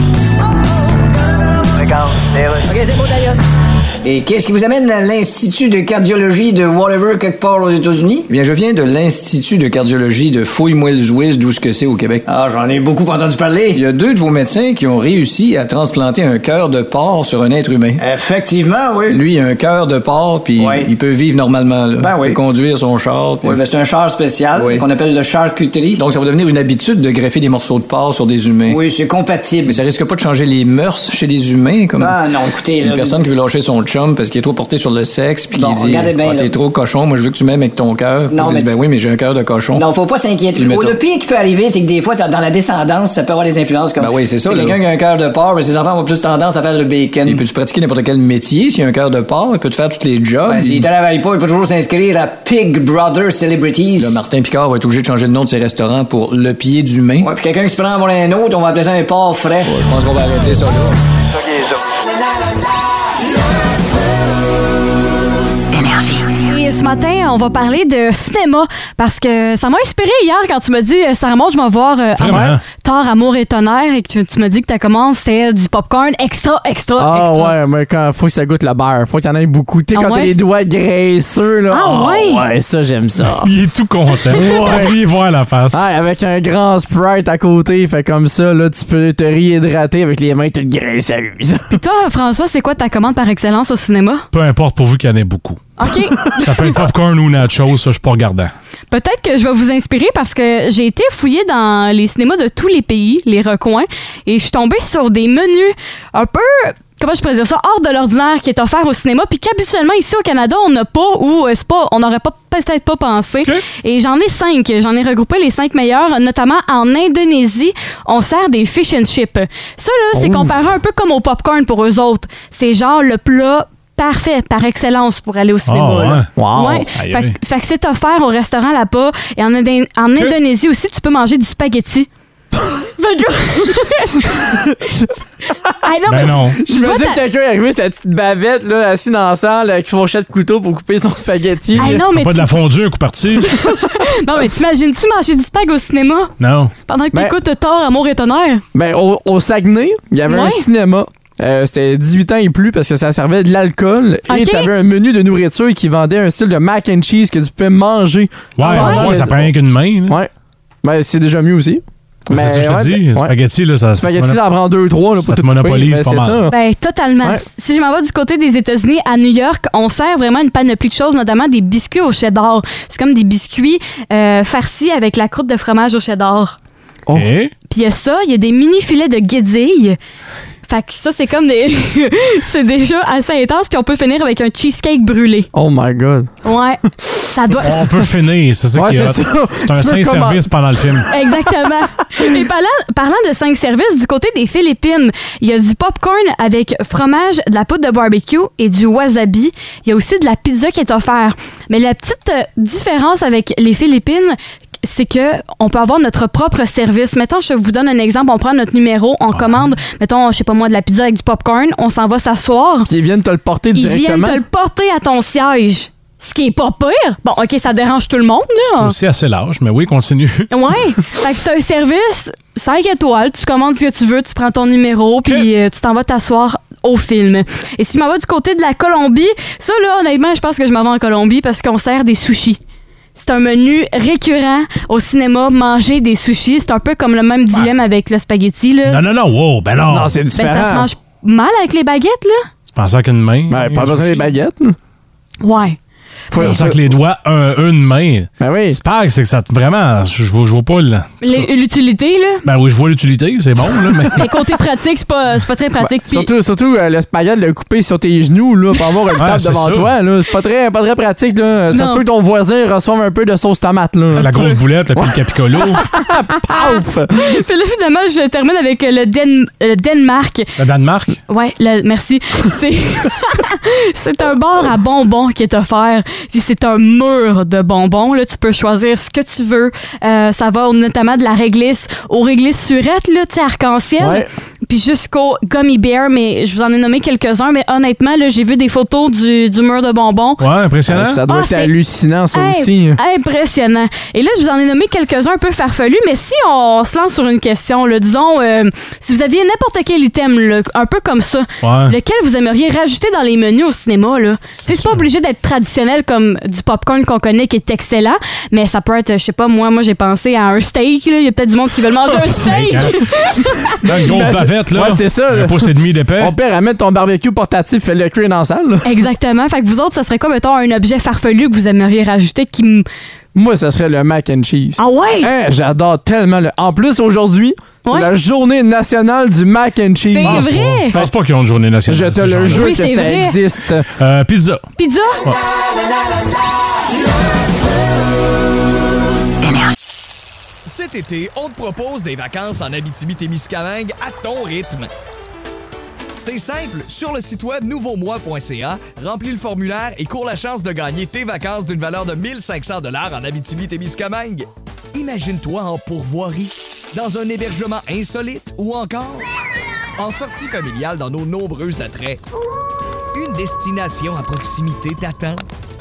Speaker 7: OK, c'est bon, d'ailleurs. Et qu'est-ce qui vous amène à l'Institut de cardiologie de whatever quelque part aux États-Unis?
Speaker 10: Bien, je viens de l'Institut de cardiologie de Fouille-moi-le-Zouiz, d'où ce que c'est au Québec.
Speaker 7: Ah, j'en ai beaucoup entendu parler.
Speaker 10: Il y a 2 de vos médecins qui ont réussi à transplanter un cœur de porc sur un être humain.
Speaker 7: Effectivement, oui.
Speaker 10: Lui, il a un cœur de porc, puis il peut vivre normalement. Là.
Speaker 7: Ben oui.
Speaker 10: Il peut conduire son char.
Speaker 7: Oui, mais c'est un char spécial qu'on appelle le charcuterie.
Speaker 10: Donc, ça va devenir une habitude de greffer des morceaux de porc sur des humains.
Speaker 7: Oui, c'est compatible.
Speaker 10: Mais ça risque pas de changer les mœurs chez des humains, comme...
Speaker 7: Ah non, écoutez...
Speaker 10: Une personne qui veut lâcher son chum parce qu'il est trop porté sur le sexe, puis qui dit t'es trop cochon, moi je veux que tu m'aimes avec ton cœur.
Speaker 7: Non, mais...
Speaker 10: ben oui, mais j'ai un cœur de cochon.
Speaker 7: Non, faut pas s'inquiéter. Le pire qui peut arriver, c'est que des fois, dans la descendance, ça peut avoir des influences comme...
Speaker 10: Ben oui, c'est ça.
Speaker 7: Quelqu'un qui a un cœur de porc, mais ses enfants ont plus tendance à faire le bacon.
Speaker 10: Il peut-tu pratiquer n'importe quel métier s'il a un cœur de porc? Il peut te faire tous les jobs.
Speaker 7: Ben, s'il travaille pas, il peut toujours s'inscrire à Pig Brother Celebrities.
Speaker 10: Là, Martin Picard va être obligé de changer le nom de ses restaurants pour Le Pied d'Humain.
Speaker 7: Ouais, puis quelqu'un qui se prend pour un autre, on va appeler ça un porc frais.
Speaker 10: Ouais, je pense qu'on va arrêter ça là.
Speaker 4: Et ce matin, on va parler de cinéma parce que ça m'a inspiré hier quand tu m'as dit Sarah Maud, je vais voir Thor, Amour et Tonnerre et que tu m'as dit que ta commande c'était du popcorn extra.
Speaker 6: Ah ouais, mais quand faut que ça goûte le beurre, faut qu'il y en ait beaucoup. Tu sais, quand t'as les doigts graisseux, là.
Speaker 4: Ah ouais?
Speaker 6: Ouais, ça, j'aime ça.
Speaker 5: Il est tout content. Ouais. Lui, voir la face.
Speaker 6: Ouais, avec un grand Sprite à côté, fait comme ça, là, tu peux te réhydrater avec les mains toutes graisseuses.
Speaker 4: Puis toi, François, c'est quoi ta commande par excellence au cinéma?
Speaker 5: Peu importe, pourvu qu'il y en ait beaucoup.
Speaker 4: OK.
Speaker 5: Ça peut être popcorn ou nachos, ça, je suis pas regardant.
Speaker 4: Peut-être que je vais vous inspirer parce que j'ai été fouillée dans les cinémas de tous les pays, les recoins, et je suis tombée sur des menus un peu... Comment je pourrais dire ça? Hors de l'ordinaire qui est offert au cinéma, puis qu'habituellement, ici au Canada, on n'a pas ou on n'aurait peut-être pas pensé. Okay. Et j'en ai 5. J'en ai regroupé les 5 meilleurs, notamment en Indonésie, on sert des fish and chips. Ça, là, c'est comparé un peu comme au popcorn pour eux autres. C'est genre le plat parfait, par excellence pour aller au cinéma.
Speaker 5: Oh, ouais.
Speaker 4: Wow. Ouais. Fait que c'est offert au restaurant là-bas. Et en Indonésie aussi, tu peux manger du spaghetti.
Speaker 6: non. J'imagine quelqu'un arrivé avec cette petite bavette là, assis dans la salle avec une fourchette couteau pour couper son spaghetti.
Speaker 5: Pas de la fondue, un coup parti.
Speaker 4: Non, mais t'imagines-tu manger du spag au cinéma?
Speaker 5: Non.
Speaker 4: Pendant que t'écoutes Thor, Amour et Tonnerre?
Speaker 6: Ben, au Saguenay, il y avait un cinéma. C'était 18 ans et plus parce que ça servait de l'alcool. Et t'avais un menu de nourriture qui vendait un style de mac and cheese que tu pouvais manger.
Speaker 5: Ouais, ça prend rien qu'une main. Là.
Speaker 6: Ouais. Ben, c'est déjà mieux aussi.
Speaker 5: Mais c'est ça que je te dis. Spaghetti, là, ça...
Speaker 6: Spaghetti, ça en prend 2-3 là, pour tout
Speaker 5: monopolise pas mal.
Speaker 6: Ça.
Speaker 4: Ben, totalement. Ouais. Si je m'en vais du côté des États-Unis, à New York, on sert vraiment une panoplie de choses, notamment des biscuits au cheddar. C'est comme des biscuits farcis avec la croûte de fromage au cheddar.
Speaker 5: Okay.
Speaker 4: Puis il y a ça, il y a des mini filets de guédilles. Fait que ça, c'est comme des... c'est déjà assez intense, puis on peut finir avec un cheesecake brûlé.
Speaker 6: Oh my God.
Speaker 4: Ouais. Ça doit...
Speaker 5: On peut finir, c'est ça qui est hot. C'est un 5 services pendant le film.
Speaker 4: Exactement. Et parlant de 5 services, du côté des Philippines, il y a du popcorn avec fromage, de la poudre de barbecue et du wasabi. Il y a aussi de la pizza qui est offerte. Mais la petite différence avec les Philippines, c'est que on peut avoir notre propre service. Mettons, je vous donne un exemple. On prend notre numéro, on commande, mettons, je sais pas moi, de la pizza avec du popcorn. On s'en va s'asseoir.
Speaker 6: Puis ils viennent te le porter directement.
Speaker 4: Ils viennent te le porter à ton siège. Ce qui est pas pire. Bon, OK, ça dérange tout le monde, là.
Speaker 5: C'est aussi assez large, mais oui, continue.
Speaker 4: Ouais. Fait que c'est un service 5 étoiles. Tu commandes ce que tu veux, tu prends ton numéro, puis tu t'en vas t'asseoir au film. Et si je m'en vais du côté de la Colombie, ça, là, honnêtement, je pense que je m'en vais en Colombie parce qu'on sert des sushis. C'est un menu récurrent au cinéma, manger des sushis. C'est un peu comme le même dilemme avec le spaghetti, là.
Speaker 5: Non, wow, ben non.
Speaker 6: Non, c'est différent.
Speaker 4: Ben, ça se mange mal avec les baguettes, là.
Speaker 5: Tu penses ça qu'une main?
Speaker 6: Ben, pas besoin des baguettes.
Speaker 4: Ouais.
Speaker 5: Faut ça que les doigts, une main.
Speaker 6: Ben oui.
Speaker 5: Spag, c'est que ça vraiment. Je vois pas là.
Speaker 4: L'utilité, là.
Speaker 5: Ben oui, je vois l'utilité, c'est bon, là. Mais
Speaker 4: côté pratique, c'est pas très pratique.
Speaker 6: Ben, surtout le spaghetti le couper sur tes genoux, là, pour avoir une table devant toi, là. C'est pas très pratique, là. Ça se peut que ton voisin reçoive un peu de sauce tomate, là.
Speaker 5: La grosse boulette, puis le capicolo.
Speaker 6: Paf!
Speaker 4: Puis là, finalement, je termine avec le Danemark.
Speaker 5: Le Danemark?
Speaker 4: Ouais, merci. C'est un bar à bonbons qui est offert. Puis c'est un mur de bonbons. Là, tu peux choisir ce que tu veux. Ça va notamment de la réglisse aux réglisses surettes, là, tu sais, arc-en-ciel. Ouais. Puis jusqu'au gummy bear, mais je vous en ai nommé quelques-uns, mais honnêtement, là, j'ai vu des photos du mur de bonbons.
Speaker 5: Ouais, impressionnant.
Speaker 6: Ça doit être hallucinant, ça aussi.
Speaker 4: Impressionnant. Et là, je vous en ai nommé quelques-uns un peu farfelus, mais si on se lance sur une question, là, disons, si vous aviez n'importe quel item, là, un peu comme ça, lequel vous aimeriez rajouter dans les menus au cinéma, là? C'est pas obligé d'être traditionnel comme du popcorn qu'on connaît qui est excellent, mais ça peut être, je sais pas, moi j'ai pensé à un steak, là. Il y a peut-être du monde qui veut manger un steak.
Speaker 5: Une grosse bavette, là.
Speaker 6: Ouais, c'est ça.
Speaker 5: Un pouce et demi d'épais.
Speaker 6: On peut ramène ton barbecue portatif, fais le cuire dans la salle. Là.
Speaker 4: Exactement. Fait que vous autres, ça serait quoi, mettons, un objet farfelu que vous aimeriez rajouter qui...
Speaker 6: Moi, ça serait le mac and cheese.
Speaker 4: Ah ouais?
Speaker 6: Hein, j'adore tellement le... En plus, aujourd'hui, c'est la journée nationale du mac and cheese.
Speaker 4: C'est vrai?
Speaker 5: Je pense pas qu'ils ont une journée nationale.
Speaker 6: Je te le jure que ça existe.
Speaker 5: Pizza.
Speaker 4: Pizza? Ouais.
Speaker 1: Cet été, on te propose des vacances en Abitibi-Témiscamingue à ton rythme. C'est simple, sur le site web nouveaumois.ca, remplis le formulaire et cours la chance de gagner tes vacances d'une valeur de 1 500 $ en Abitibi-Témiscamingue. Imagine-toi en pourvoirie, dans un hébergement insolite ou encore en sortie familiale dans nos nombreux attraits. Une destination à proximité t'attend.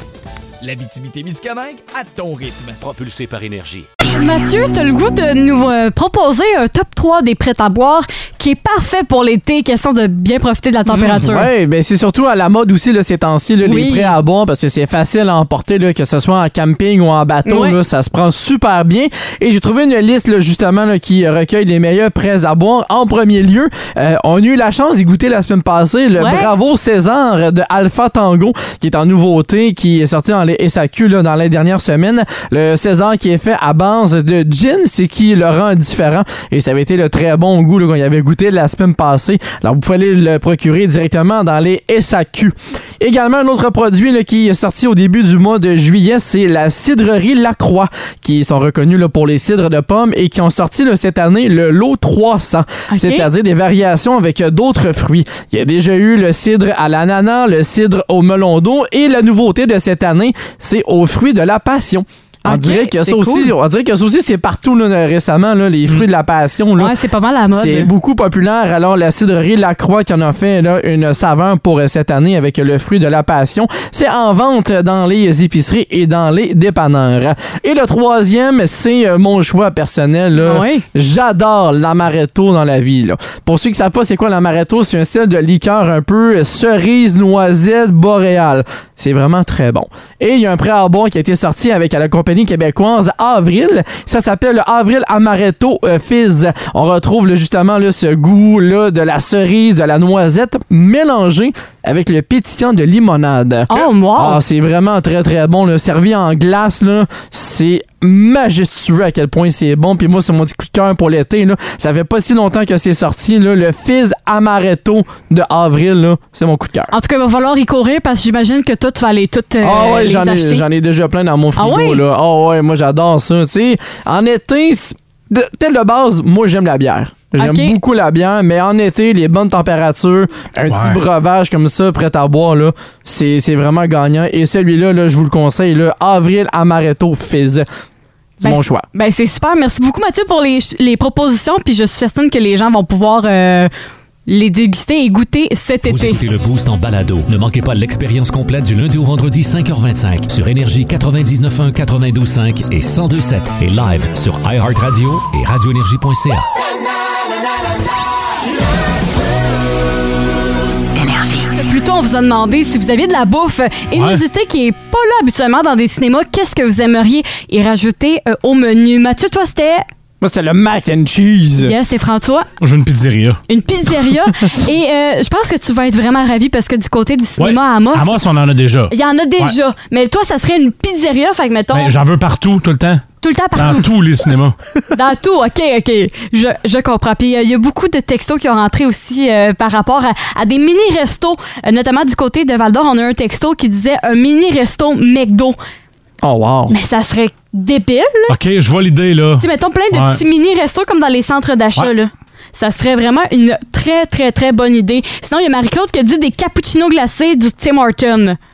Speaker 1: L'Abitibi-Témiscamingue à ton rythme.
Speaker 2: Propulsé par Énergie.
Speaker 4: Mathieu, t'as le goût de nous proposer un top 3 des prêts à boire qui est parfait pour l'été, question de bien profiter de la température.
Speaker 6: Oui, ben c'est surtout à la mode aussi là, ces temps-ci, là, les prêts à boire, parce que c'est facile à emporter, là, que ce soit en camping ou en bateau, là, ça se prend super bien. Et j'ai trouvé une liste là, justement là, qui recueille les meilleurs prêts à boire. En premier lieu, on a eu la chance d'y goûter la semaine passée le Bravo César de Alpha Tango, qui est en nouveauté, qui est sorti dans les SAQ là, dans les dernières semaines. Le César qui est fait à base de gin, c'est qui le rend différent. Et ça avait été le très bon goût là, qu'on y avait goûté la semaine passée. Alors, vous pouvez aller le procurer directement dans les SAQ. Également, un autre produit là, qui est sorti au début du mois de juillet, c'est la cidrerie Lacroix, qui sont reconnus là, pour les cidres de pommes et qui ont sorti là, cette année le lot 300, c'est-à-dire des variations avec d'autres fruits. Il y a déjà eu le cidre à l'ananas, le cidre au melon d'eau et la nouveauté de cette année, c'est aux fruits de la passion. On dirait que ça aussi, on dirait que ça aussi, c'est partout là, récemment, là, les fruits de la passion. Là,
Speaker 4: c'est pas mal à la mode.
Speaker 6: C'est beaucoup populaire. Alors, la cidrerie Lacroix qui en a fait là, une saveur pour cette année avec le fruit de la passion. C'est en vente dans les épiceries et dans les dépanneurs. Et le troisième, c'est mon choix personnel. Là. J'adore l'amaretto dans la vie. Là. Pour ceux qui ne savent pas c'est quoi l'amaretto, c'est un style de liqueur un peu cerise, noisette, boréale. C'est vraiment très bon. Et il y a un prêt à boire qui a été sorti avec la compagnie québécoise Avril. Ça s'appelle le Avril Amaretto Fizz. On retrouve là, justement là, ce goût là, de la cerise, de la noisette mélangé avec le pétillant de limonade.
Speaker 4: Oh, wow!
Speaker 6: Ah, c'est vraiment très, très bon. Là. Servi en glace, là, c'est majestueux à quel point c'est bon. Puis moi, c'est mon petit coup de cœur pour l'été. Là. Ça fait pas si longtemps que c'est sorti. Là. Le Fizz Amaretto de Avril, là, c'est mon coup de cœur.
Speaker 4: En tout cas, il va falloir y courir parce que j'imagine que toi, tu vas aller toutes les acheter.
Speaker 6: J'en ai déjà plein dans mon frigo.
Speaker 4: Ah ouais?
Speaker 6: Là. Oh, ouais, moi, j'adore ça. T'sais, en été, tel de base, moi, j'aime la bière. J'aime beaucoup la bière, mais en été, les bonnes températures, un petit breuvage comme ça, prêt à boire, là, c'est vraiment gagnant. Et celui-là, là, je vous le conseille, là, Avril Amaretto Fizz. C'est mon choix.
Speaker 4: Ben, c'est super. Merci beaucoup, Mathieu, pour les propositions. Puis je suis certaine que les gens vont pouvoir les déguster et goûter cet été.
Speaker 3: Vous écoutez le Boost en balado. Ne manquez pas l'expérience complète du lundi au vendredi 5h25 sur Énergie 99.1, 92.5 et 102.7 et live sur iHeartRadio et radioénergie.ca.
Speaker 4: Plus tôt, on vous a demandé si vous aviez de la bouffe inusitée qui est pas là habituellement dans des cinémas. Qu'est-ce que vous aimeriez y rajouter au menu? Mathieu, toi, c'était...
Speaker 6: Moi, c'est le mac and cheese.
Speaker 4: Yes, c'est François.
Speaker 5: J'ai une pizzeria.
Speaker 4: Une pizzeria. Et je pense que tu vas être vraiment ravi parce que du côté du cinéma à Amos...
Speaker 5: À Amos, on en a déjà.
Speaker 4: Il y en a déjà. Mais toi, ça serait une pizzeria. Fait que, mettons...
Speaker 5: Ben, j'en veux partout, tout le temps.
Speaker 4: Tout le temps partout.
Speaker 5: Dans tous les cinémas.
Speaker 4: Dans tout, OK. Je comprends. Puis il y a beaucoup de textos qui ont rentré aussi par rapport à des mini-restos. Notamment du côté de Val-d'Or, on a un texto qui disait un mini-resto McDo.
Speaker 6: Oh, wow.
Speaker 4: Mais ça serait débile, là.
Speaker 5: OK, je vois l'idée, là.
Speaker 4: Tu sais, mettons plein de petits mini-restos comme dans les centres d'achat, là. Ça serait vraiment une très, très, très bonne idée. Sinon, il y a Marie-Claude qui a dit des cappuccinos glacés du Tim Hortons.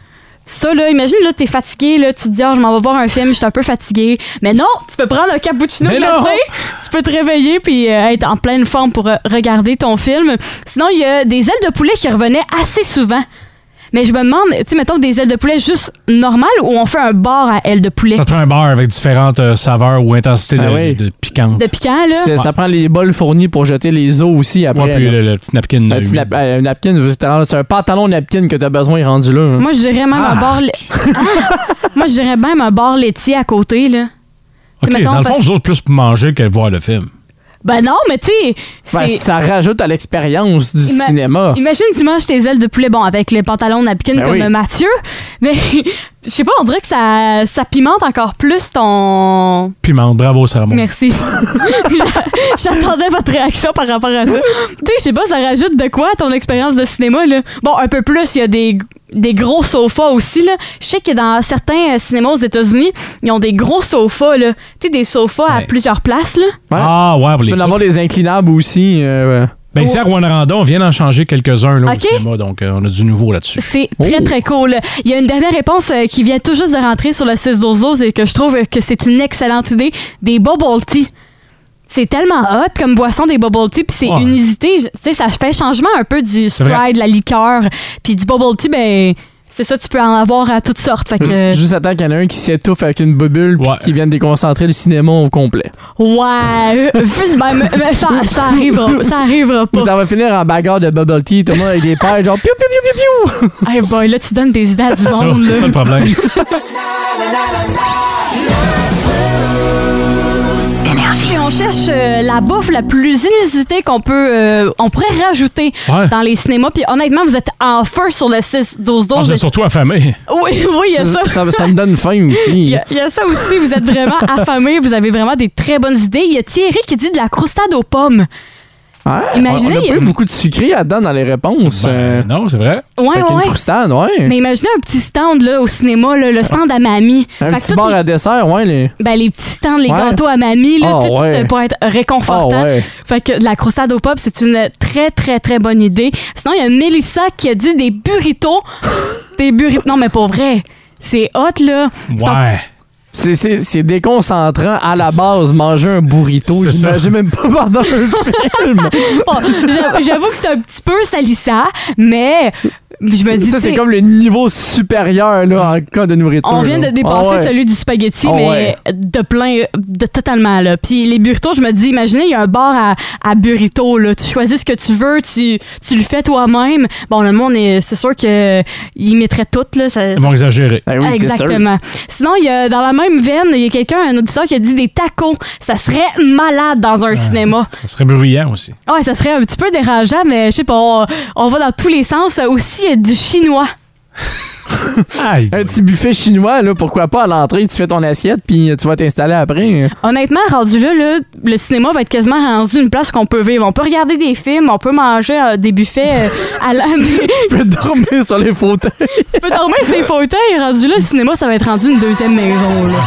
Speaker 4: Ça, là, imagine, là, t'es fatigué, là, tu te dis, je m'en vais voir un film, je suis un peu fatigué. Mais non, tu peux prendre un cappuccino glacé, tu peux te réveiller puis être en pleine forme pour regarder ton film. Sinon, il y a des ailes de poulet qui revenaient assez souvent. Mais je me demande, tu sais, mettons des ailes de poulet juste normales ou on fait un bar à ailes de poulet?
Speaker 5: Ça prend un bar avec différentes saveurs ou intensités de piquante.
Speaker 4: De piquant, là?
Speaker 6: Ça prend les bols fournis pour jeter les os aussi après.
Speaker 5: Ouais, puis le petit napkin.
Speaker 6: Un napkin, c'est un pantalon napkin que t'as besoin rendu là. Hein.
Speaker 4: Moi, je dirais même un bar... Moi, je dirais même un bar laitier à côté, là.
Speaker 5: OK, mettons, dans le fond, vous autres, plus pour manger que voir le film.
Speaker 4: Ben non, mais tu sais...
Speaker 6: ça rajoute à l'expérience du cinéma.
Speaker 4: Imagine, tu manges tes ailes de poulet, bon, avec les pantalons napkin comme Mathieu, mais je sais pas, on dirait que ça pimente encore plus ton...
Speaker 5: Pimente, bravo, Sarah.
Speaker 4: Merci. J'attendais votre réaction par rapport à ça. Tu sais, je sais pas, ça rajoute de quoi à ton expérience de cinéma, là? Bon, un peu plus, il y a des gros sofas aussi, là. Je sais que dans certains cinémas aux États-Unis, ils ont des gros sofas, là. Tu sais, des sofas à plusieurs places, là.
Speaker 6: Ouais.
Speaker 5: Ah, ouais,
Speaker 6: tu peux en avoir des inclinables aussi.
Speaker 5: Ben ici, à Rwanda, on vient d'en changer quelques-uns là, au cinéma, donc on a du nouveau là-dessus.
Speaker 4: C'est très, très cool. Il y a une dernière réponse qui vient tout juste de rentrer sur le 6-12-12 et que je trouve que c'est une excellente idée. Des bubble tea. C'est tellement hot comme boisson des bubble tea, puis c'est unisité. Tu sais, ça fait changement un peu du Sprite, de la liqueur. Puis du bubble tea, ben... C'est ça, tu peux en avoir à toutes sortes. Fait que...
Speaker 6: Juste attends qu'il y en a un qui s'étouffe avec une bubule puis qui vienne déconcentrer le cinéma au complet.
Speaker 4: Ouais, ça arrivera pas.
Speaker 6: Ça va finir en bagarre de bubble tea, tout le monde avec des paires, genre piou piou piou piou piou.
Speaker 4: Hey boy, là tu donnes des idées à du monde.
Speaker 5: C'est ça le problème.
Speaker 4: Puis on cherche la bouffe la plus inusitée qu'on pourrait rajouter dans les cinémas. Puis honnêtement, vous êtes en feu sur le 6-12-12.
Speaker 5: Vous êtes surtout affamés.
Speaker 4: Oui, il y a ça.
Speaker 6: Ça me donne faim aussi.
Speaker 4: Il y a ça aussi, vous êtes vraiment affamés. Vous avez vraiment des très bonnes idées. Il y a Thierry qui dit de la croustade aux pommes.
Speaker 6: Ouais, imaginez, on a pas eu beaucoup de sucré là-dedans dans les réponses.
Speaker 5: Non, c'est vrai.
Speaker 4: Ouais.
Speaker 6: Une croustade,
Speaker 4: Mais imaginez un petit stand là, au cinéma, là, le stand à mamie.
Speaker 6: Un petit bar à dessert,
Speaker 4: les petits stands, les gâteaux à mamie, là, tout pour être réconfortant. Fait que de la croustade aux pommes, c'est une très, très, très bonne idée. Sinon, il y a Mélissa qui a dit des burritos. Non, mais pour vrai, c'est hot, là.
Speaker 5: Ouais.
Speaker 6: C'est déconcentrant à la base, manger un burrito. J'imagine même pas pendant un film.
Speaker 4: J'avoue que c'est un petit peu salissant, mais je me dis...
Speaker 6: Ça, c'est comme le niveau supérieur là, en cas de nourriture.
Speaker 4: On vient de dépasser celui du spaghetti, mais de totalement. Là. Puis les burritos, je me dis, imaginez, il y a un bar à burritos. Là. Tu choisis ce que tu veux, tu le fais toi-même. Bon, le monde, c'est sûr qu'ils mettraient tout. Là,
Speaker 5: ils vont exagérer.
Speaker 6: Oui,
Speaker 4: exactement. Sinon, il y a, dans la même veine, il y a quelqu'un, un auditeur, qui a dit des tacos. Ça serait malade dans un cinéma.
Speaker 5: Ça serait bruyant aussi.
Speaker 4: Ouais, ça serait un petit peu dérangeant, mais je sais pas, on va dans tous les sens. Aussi, il y a du chinois.
Speaker 6: Un petit buffet chinois, là, pourquoi pas à l'entrée, tu fais ton assiette puis tu vas t'installer après.
Speaker 4: Honnêtement, rendu là, le cinéma va être quasiment rendu une place qu'on peut vivre. On peut regarder des films, on peut manger des buffets à l'année.
Speaker 6: Tu peux dormir sur les fauteuils.
Speaker 4: Tu peux dormir sur les fauteuils. Rendu là, le cinéma, ça va être rendu une deuxième maison. Là.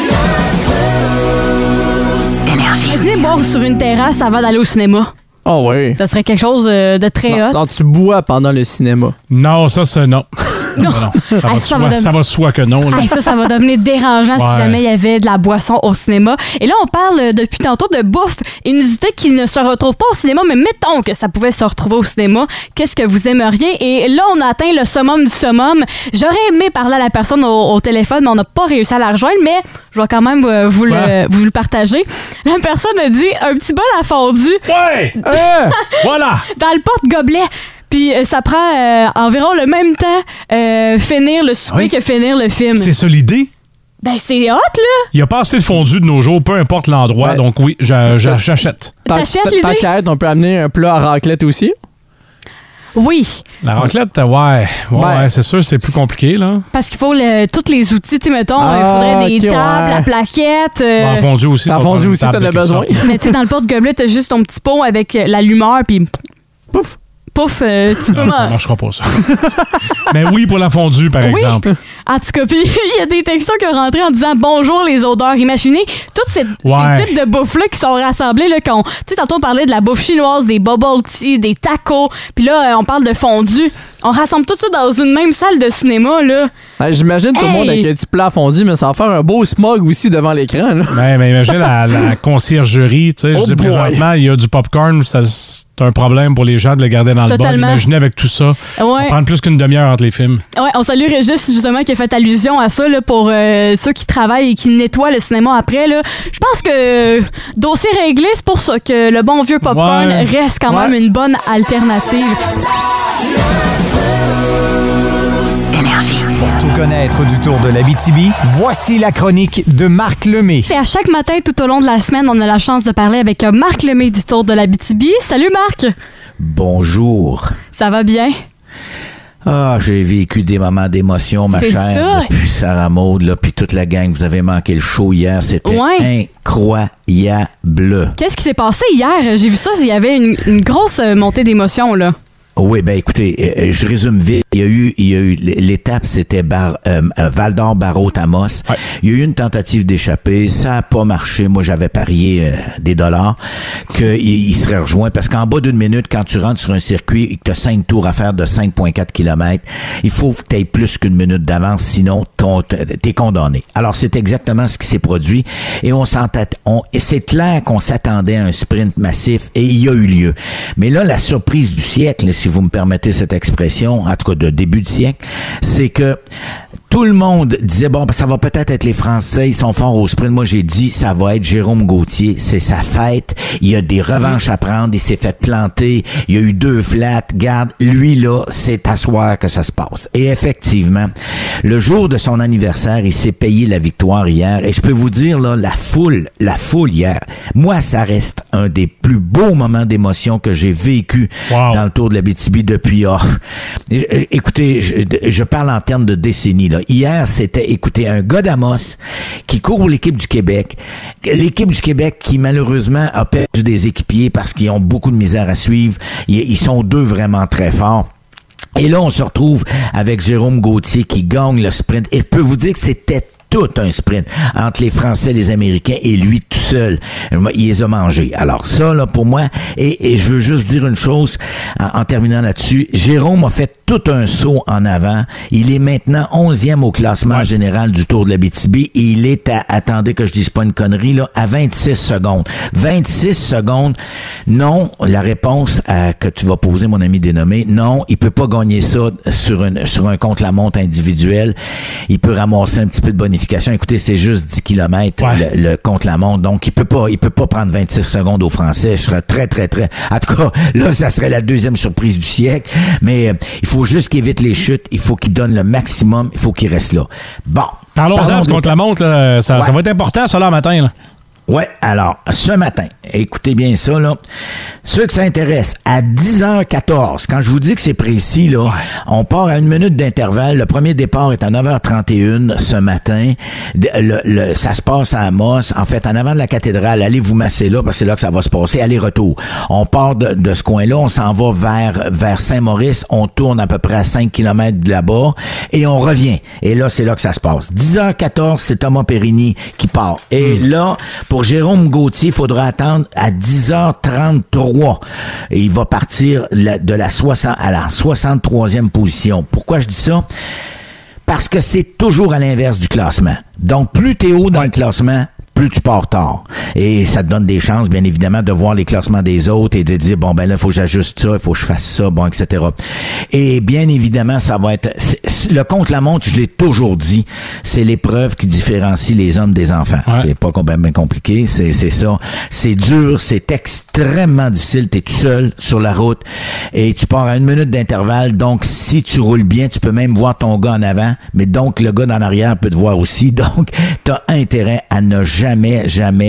Speaker 4: Imaginez boire sur une terrasse avant d'aller au cinéma.
Speaker 6: Oh oui.
Speaker 4: Ça serait quelque chose de très hot.
Speaker 6: Non, tu bois pendant le cinéma.
Speaker 5: Non, ça, c'est non.
Speaker 4: Non.
Speaker 5: Ça va soit que non. Là.
Speaker 4: Ça va devenir dérangeant si jamais il y avait de la boisson au cinéma. Et là, on parle depuis tantôt de bouffe inusité qui ne se retrouve pas au cinéma, mais mettons que ça pouvait se retrouver au cinéma. Qu'est-ce que vous aimeriez? Et là, on a atteint le summum du summum. J'aurais aimé parler à la personne au téléphone, mais on n'a pas réussi à la rejoindre, mais je vais quand même vous le partager. La personne a dit un petit bol à fondu.
Speaker 5: Ouais! Voilà!
Speaker 4: Dans le porte-gobelet. Puis ça prend environ le même temps finir le souper que finir le film.
Speaker 5: C'est ça l'idée?
Speaker 4: Ben, c'est hot, là!
Speaker 5: Il y a pas assez de fondu de nos jours, peu importe l'endroit, donc oui, j'achète.
Speaker 4: T'achètes l'idée?
Speaker 6: T'inquiète, on peut amener un plat à raclette aussi?
Speaker 4: Oui.
Speaker 5: La raclette, ouais, c'est sûr, c'est plus compliqué, là.
Speaker 4: Parce qu'il faut tous les outils, tu sais, mettons, il faudrait des tables, la plaquette.
Speaker 5: En fondu aussi.
Speaker 6: En fondu aussi, t'en as besoin.
Speaker 4: Mais tu sais, dans le porte-gobelet, t'as juste ton petit pot avec l'allumeur, puis pouf! Pouf, tu peux...
Speaker 5: Ça marchera pas, ça. Mais oui, pour la fondue, par exemple.
Speaker 4: En tout cas, puis il y a des textos qui ont rentré en disant « Bonjour les odeurs ». Imaginez tous ces types de bouffe-là qui sont rassemblés. Tu sais, tantôt, on parlait de la bouffe chinoise, des bubble tea, des tacos. Puis là, on parle de fondue. On rassemble tout ça dans une même salle de cinéma, là.
Speaker 6: Ouais, j'imagine tout le monde avec un petit plat fondu, mais ça va faire un beau smog aussi devant l'écran, là.
Speaker 5: Ouais, mais imagine la conciergerie, tu sais. Je dis présentement, il y a du popcorn, c'est un problème pour les gens de le garder dans le bol. Imaginez avec tout ça. On va prendre plus qu'une demi-heure entre les films.
Speaker 4: Ouais, on salue Régis, justement, qui a fait allusion à ça, là, pour ceux qui travaillent et qui nettoient le cinéma après, là. Je pense que dossier réglé, c'est pour ça que le bon vieux popcorn reste quand même une bonne alternative.
Speaker 11: Pour tout connaître du Tour de l'Abitibi, voici la chronique de Marc Lemay.
Speaker 4: Et à chaque matin, tout au long de la semaine, on a la chance de parler avec Marc Lemay du Tour de l'Abitibi. Salut Marc!
Speaker 12: Bonjour.
Speaker 4: Ça va bien?
Speaker 12: Ah, j'ai vécu des moments d'émotion, ma chère. Puis Sarah Maud, là, puis toute la gang. Vous avez manqué le show hier. C'était incroyable.
Speaker 4: Qu'est-ce qui s'est passé hier? J'ai vu ça, il y avait une grosse montée d'émotion, là.
Speaker 12: Oui, ben écoutez, je résume vite. Il y a eu l'étape, c'était Val-d'Or, Barreau-Amos. Ouais. Il y a eu une tentative d'échapper, ça a pas marché. Moi, j'avais parié des dollars qu'il serait rejoint parce qu'en bas d'une minute, quand tu rentres sur un circuit et que tu as 5 tours à faire de 5,4 km, il faut que tu aies plus qu'une minute d'avance, sinon t'es condamné. Alors, c'est exactement ce qui s'est produit et c'est clair qu'on s'attendait à un sprint massif et il y a eu lieu. Mais là, la surprise du siècle, si vous me permettez cette expression, en tout cas de début de siècle, c'est que tout le monde disait, bon, ça va peut-être être les Français, ils sont forts au sprint. Moi, j'ai dit, ça va être Jérôme Gauthier. C'est sa fête. Il y a des revanches à prendre. Il s'est fait planter. Il y a eu 2 flats. Garde, lui, là, c'est à soir que ça se passe. Et effectivement, le jour de son anniversaire, il s'est payé la victoire hier. Et je peux vous dire, là, la foule hier, moi, ça reste un des plus beaux moments d'émotion que j'ai vécu dans le Tour de l'Abitibi depuis, écoutez, je parle en termes de décennies, là. Hier, c'était, écoutez, un gars d'Amos qui court pour l'équipe du Québec. L'équipe du Québec qui, malheureusement, a perdu des équipiers parce qu'ils ont beaucoup de misère à suivre. Ils sont 2 vraiment très forts. Et là, on se retrouve avec Jérôme Gauthier qui gagne le sprint. Et je peux vous dire que c'était tout un sprint entre les Français, les Américains et lui tout seul. Il les a mangés. Alors ça, là, pour moi, et je veux juste dire une chose en terminant là-dessus. Jérôme a fait tout un saut en avant. Il est maintenant 11e au classement général du Tour de l'Abitibi et il est attendez que je dise pas une connerie, là, à 26 secondes. 26 secondes. Non, la réponse que tu vas poser, mon ami dénommé, non, il peut pas gagner ça sur un contre-la-montre individuel. Il peut ramasser un petit peu de bonification. Écoutez, c'est juste 10 km le contre-la-montre. Donc, il peut pas prendre 26 secondes aux Français. Je serais très, très, très... En tout cas, là, ça serait la deuxième surprise du siècle. Mais il faut juste qu'il évite les chutes. Il faut qu'il donne le maximum. Il faut qu'il reste là. Bon.
Speaker 5: Parlons-en du contre-la-montre. Là, ça va être important, ça, là, matin, là.
Speaker 12: Ouais, alors, ce matin, écoutez bien ça, là. Ceux qui s'intéressent, à 10h14, quand je vous dis que c'est précis, là, on part à 1 minute d'intervalle. Le premier départ est à 9h31 ce matin. Ça se passe à Amos. En fait, en avant de la cathédrale, allez vous masser là, parce que c'est là que ça va se passer. Aller-retour. On part de ce coin-là, on s'en va vers Saint-Maurice. On tourne à peu près à 5 km de là-bas et on revient. Et là, c'est là que ça se passe. 10h14, c'est Thomas Périni qui part. Et là, pour Jérôme Gauthier, il faudra attendre à 10h33. Et il va partir de la 60 à la 63e position. Pourquoi je dis ça? Parce que c'est toujours à l'inverse du classement. Donc, plus t'es haut dans le classement, plus tu pars tard. Et ça te donne des chances, bien évidemment, de voir les classements des autres et de dire, bon, ben là, il faut que j'ajuste ça, il faut que je fasse ça, bon, etc. Et bien évidemment, ça va être... Le contre-la-montre, je l'ai toujours dit, c'est l'épreuve qui différencie les hommes des enfants. Ouais. C'est pas bien compliqué, c'est ça. C'est dur, c'est extrêmement difficile. T'es tout seul sur la route et tu pars à 1 minute d'intervalle. Donc, si tu roules bien, tu peux même voir ton gars en avant, mais donc, le gars en arrière peut te voir aussi. Donc, t'as intérêt à ne jamais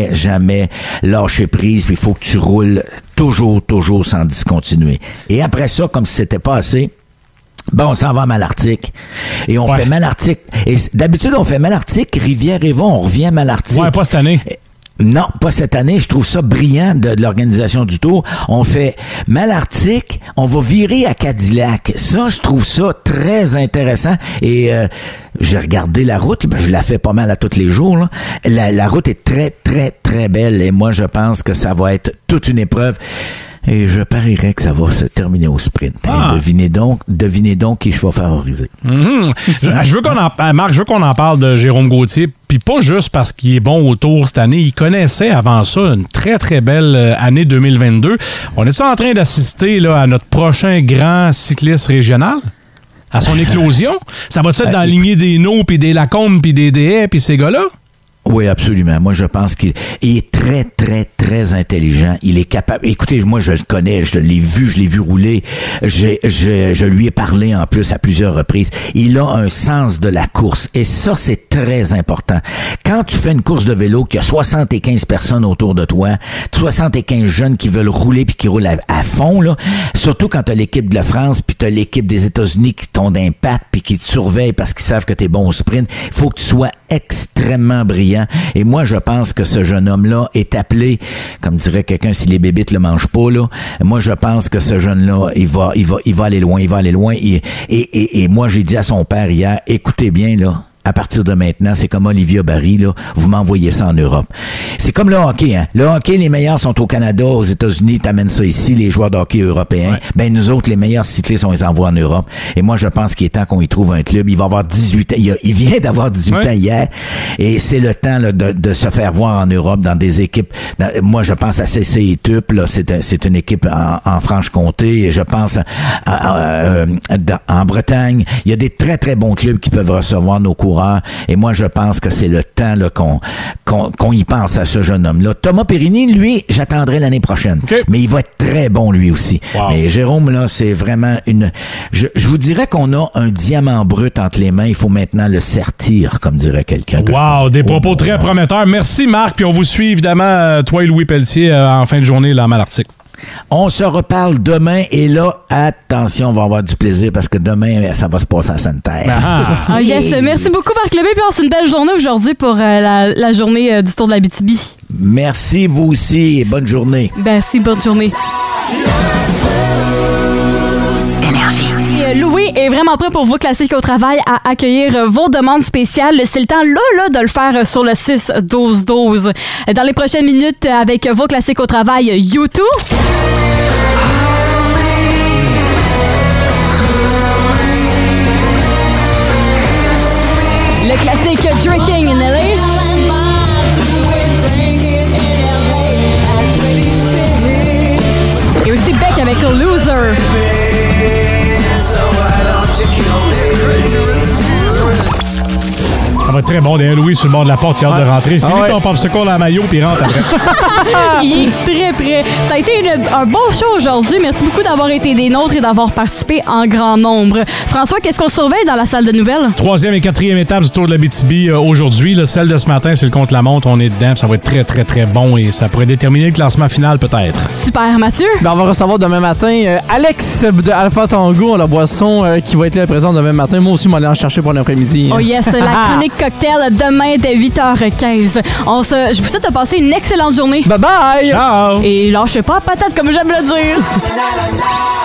Speaker 12: lâcher prise, puis il faut que tu roules toujours sans discontinuer. Et après ça, comme si c'était pas assez, bon, on s'en va à Malartic. Et on fait Malartic. Et d'habitude, on fait Malartic, Rivière-Éva, on revient à Malartic.
Speaker 5: Ouais, pas cette année.
Speaker 12: Non, pas cette année. Je trouve ça brillant de l'organisation du Tour. On fait Malartic, on va virer à Cadillac. Ça, je trouve ça très intéressant. Et j'ai regardé la route. Ben, je la fais pas mal à tous les jours, là. La route est très, très, très belle. Et moi, je pense que ça va être toute une épreuve. Et je parierais que ça va se terminer au sprint. Ah. Devinez donc qui je vais favoriser.
Speaker 5: Mm-hmm. Je veux Marc, je veux qu'on en parle de Jérôme Gauthier, puis pas juste parce qu'il est bon au Tour cette année. Il connaissait avant ça une très, très belle année 2022. On est-tu en train d'assister là, à notre prochain grand cycliste régional? À son éclosion? Ça va-tu être dans la lignée des Naux, puis des Lacombe, puis des Deshaies, puis ces gars-là?
Speaker 12: Oui, absolument. Moi, je pense qu'il est très, très, très intelligent. Il est capable... Écoutez, moi, je le connais, je l'ai vu rouler. Je lui ai parlé, en plus, à plusieurs reprises. Il a un sens de la course. Et ça, c'est très important. Quand tu fais une course de vélo, qu'il y a 75 personnes autour de toi, 75 jeunes qui veulent rouler puis qui roulent à fond, là, surtout quand t'as l'équipe de la France puis t'as l'équipe des États-Unis qui t'ont d'un patte puis qui te surveillent parce qu'ils savent que t'es bon au sprint, il faut que tu sois extrêmement brillant. Et moi, je pense que ce jeune homme-là est appelé, comme dirait quelqu'un, si les bébites le mangent pas, là. Moi, je pense que ce jeune-là, il va aller loin, et moi, j'ai dit à son père hier, écoutez bien, là. À partir de maintenant, c'est comme Olivia Barry, là, vous m'envoyez ça en Europe. C'est comme le hockey, hein. Le hockey, les meilleurs sont au Canada, aux États-Unis, t'amènes ça ici, les joueurs de hockey européens. Ouais. Ben, nous autres, les meilleurs cyclistes, on les envoie en Europe. Et moi, je pense qu'il est temps qu'on y trouve un club. Il va avoir 18 ans. Il vient d'avoir 18 ans hier. Et c'est le temps, là, de se faire voir en Europe dans des équipes. Moi, je pense à CC Tup, là. C'est une équipe en Franche-Comté. Et je pense en Bretagne. Il y a des très, très bons clubs qui peuvent recevoir nos coureurs. Et moi, je pense que c'est le temps là, qu'on y pense à ce jeune homme-là. Thomas Périni, lui, j'attendrai l'année prochaine. Okay. Mais il va être très bon, lui aussi. Wow. Mais Jérôme, là, c'est vraiment une... Je vous dirais qu'on a un diamant brut entre les mains. Il faut maintenant le sertir, comme dirait quelqu'un.
Speaker 5: Wow, des propos très prometteurs. Merci, Marc. Puis on vous suit, évidemment, toi et Louis Pelletier, en fin de journée, là, à Malartic.
Speaker 12: On se reparle demain et là, attention, on va avoir du plaisir parce que demain, ça va se passer à Sainte-Terre.
Speaker 4: Ah yes, merci beaucoup Marc Lebé, puis on se une belle journée aujourd'hui pour la journée du Tour de l'Abitibi.
Speaker 12: Merci vous aussi et bonne journée.
Speaker 4: Merci, bonne journée. Louis est vraiment prêt pour vos classiques au travail à accueillir vos demandes spéciales. C'est le temps là de le faire sur le 6-12-12. Dans les prochaines minutes, avec vos classiques au travail, YouTube. Le classique Drinking in LA. Et aussi Beck avec Loser.
Speaker 5: Ça va être très bon derrière Louis sur le bord de la porte, il a hâte de rentrer. Finis ton popsicle à maillot puis rentre après.
Speaker 4: Il est très prêt. Ça a été un beau show aujourd'hui. Merci beaucoup d'avoir été des nôtres et d'avoir participé en grand nombre. François, qu'est-ce qu'on surveille dans la salle de nouvelles?
Speaker 5: 3e et 4e étape du Tour de l'Abitibi aujourd'hui. Celle de ce matin, c'est le contre-la-montre. On est dedans. Ça va être très, très, très bon et ça pourrait déterminer le classement final peut-être.
Speaker 4: Super. Mathieu?
Speaker 6: Ben, on va recevoir demain matin Alex de Alpha Tango, la boisson qui va être là présente demain matin. Moi aussi, je vais aller en chercher pour l'après-midi.
Speaker 4: Oh yes, la chronique cocktail demain dès 8h15. Je vous souhaite de passer une excellente journée.
Speaker 6: Bye bye!
Speaker 5: Ciao!
Speaker 4: Et lâchez pas la patate comme j'aime le dire.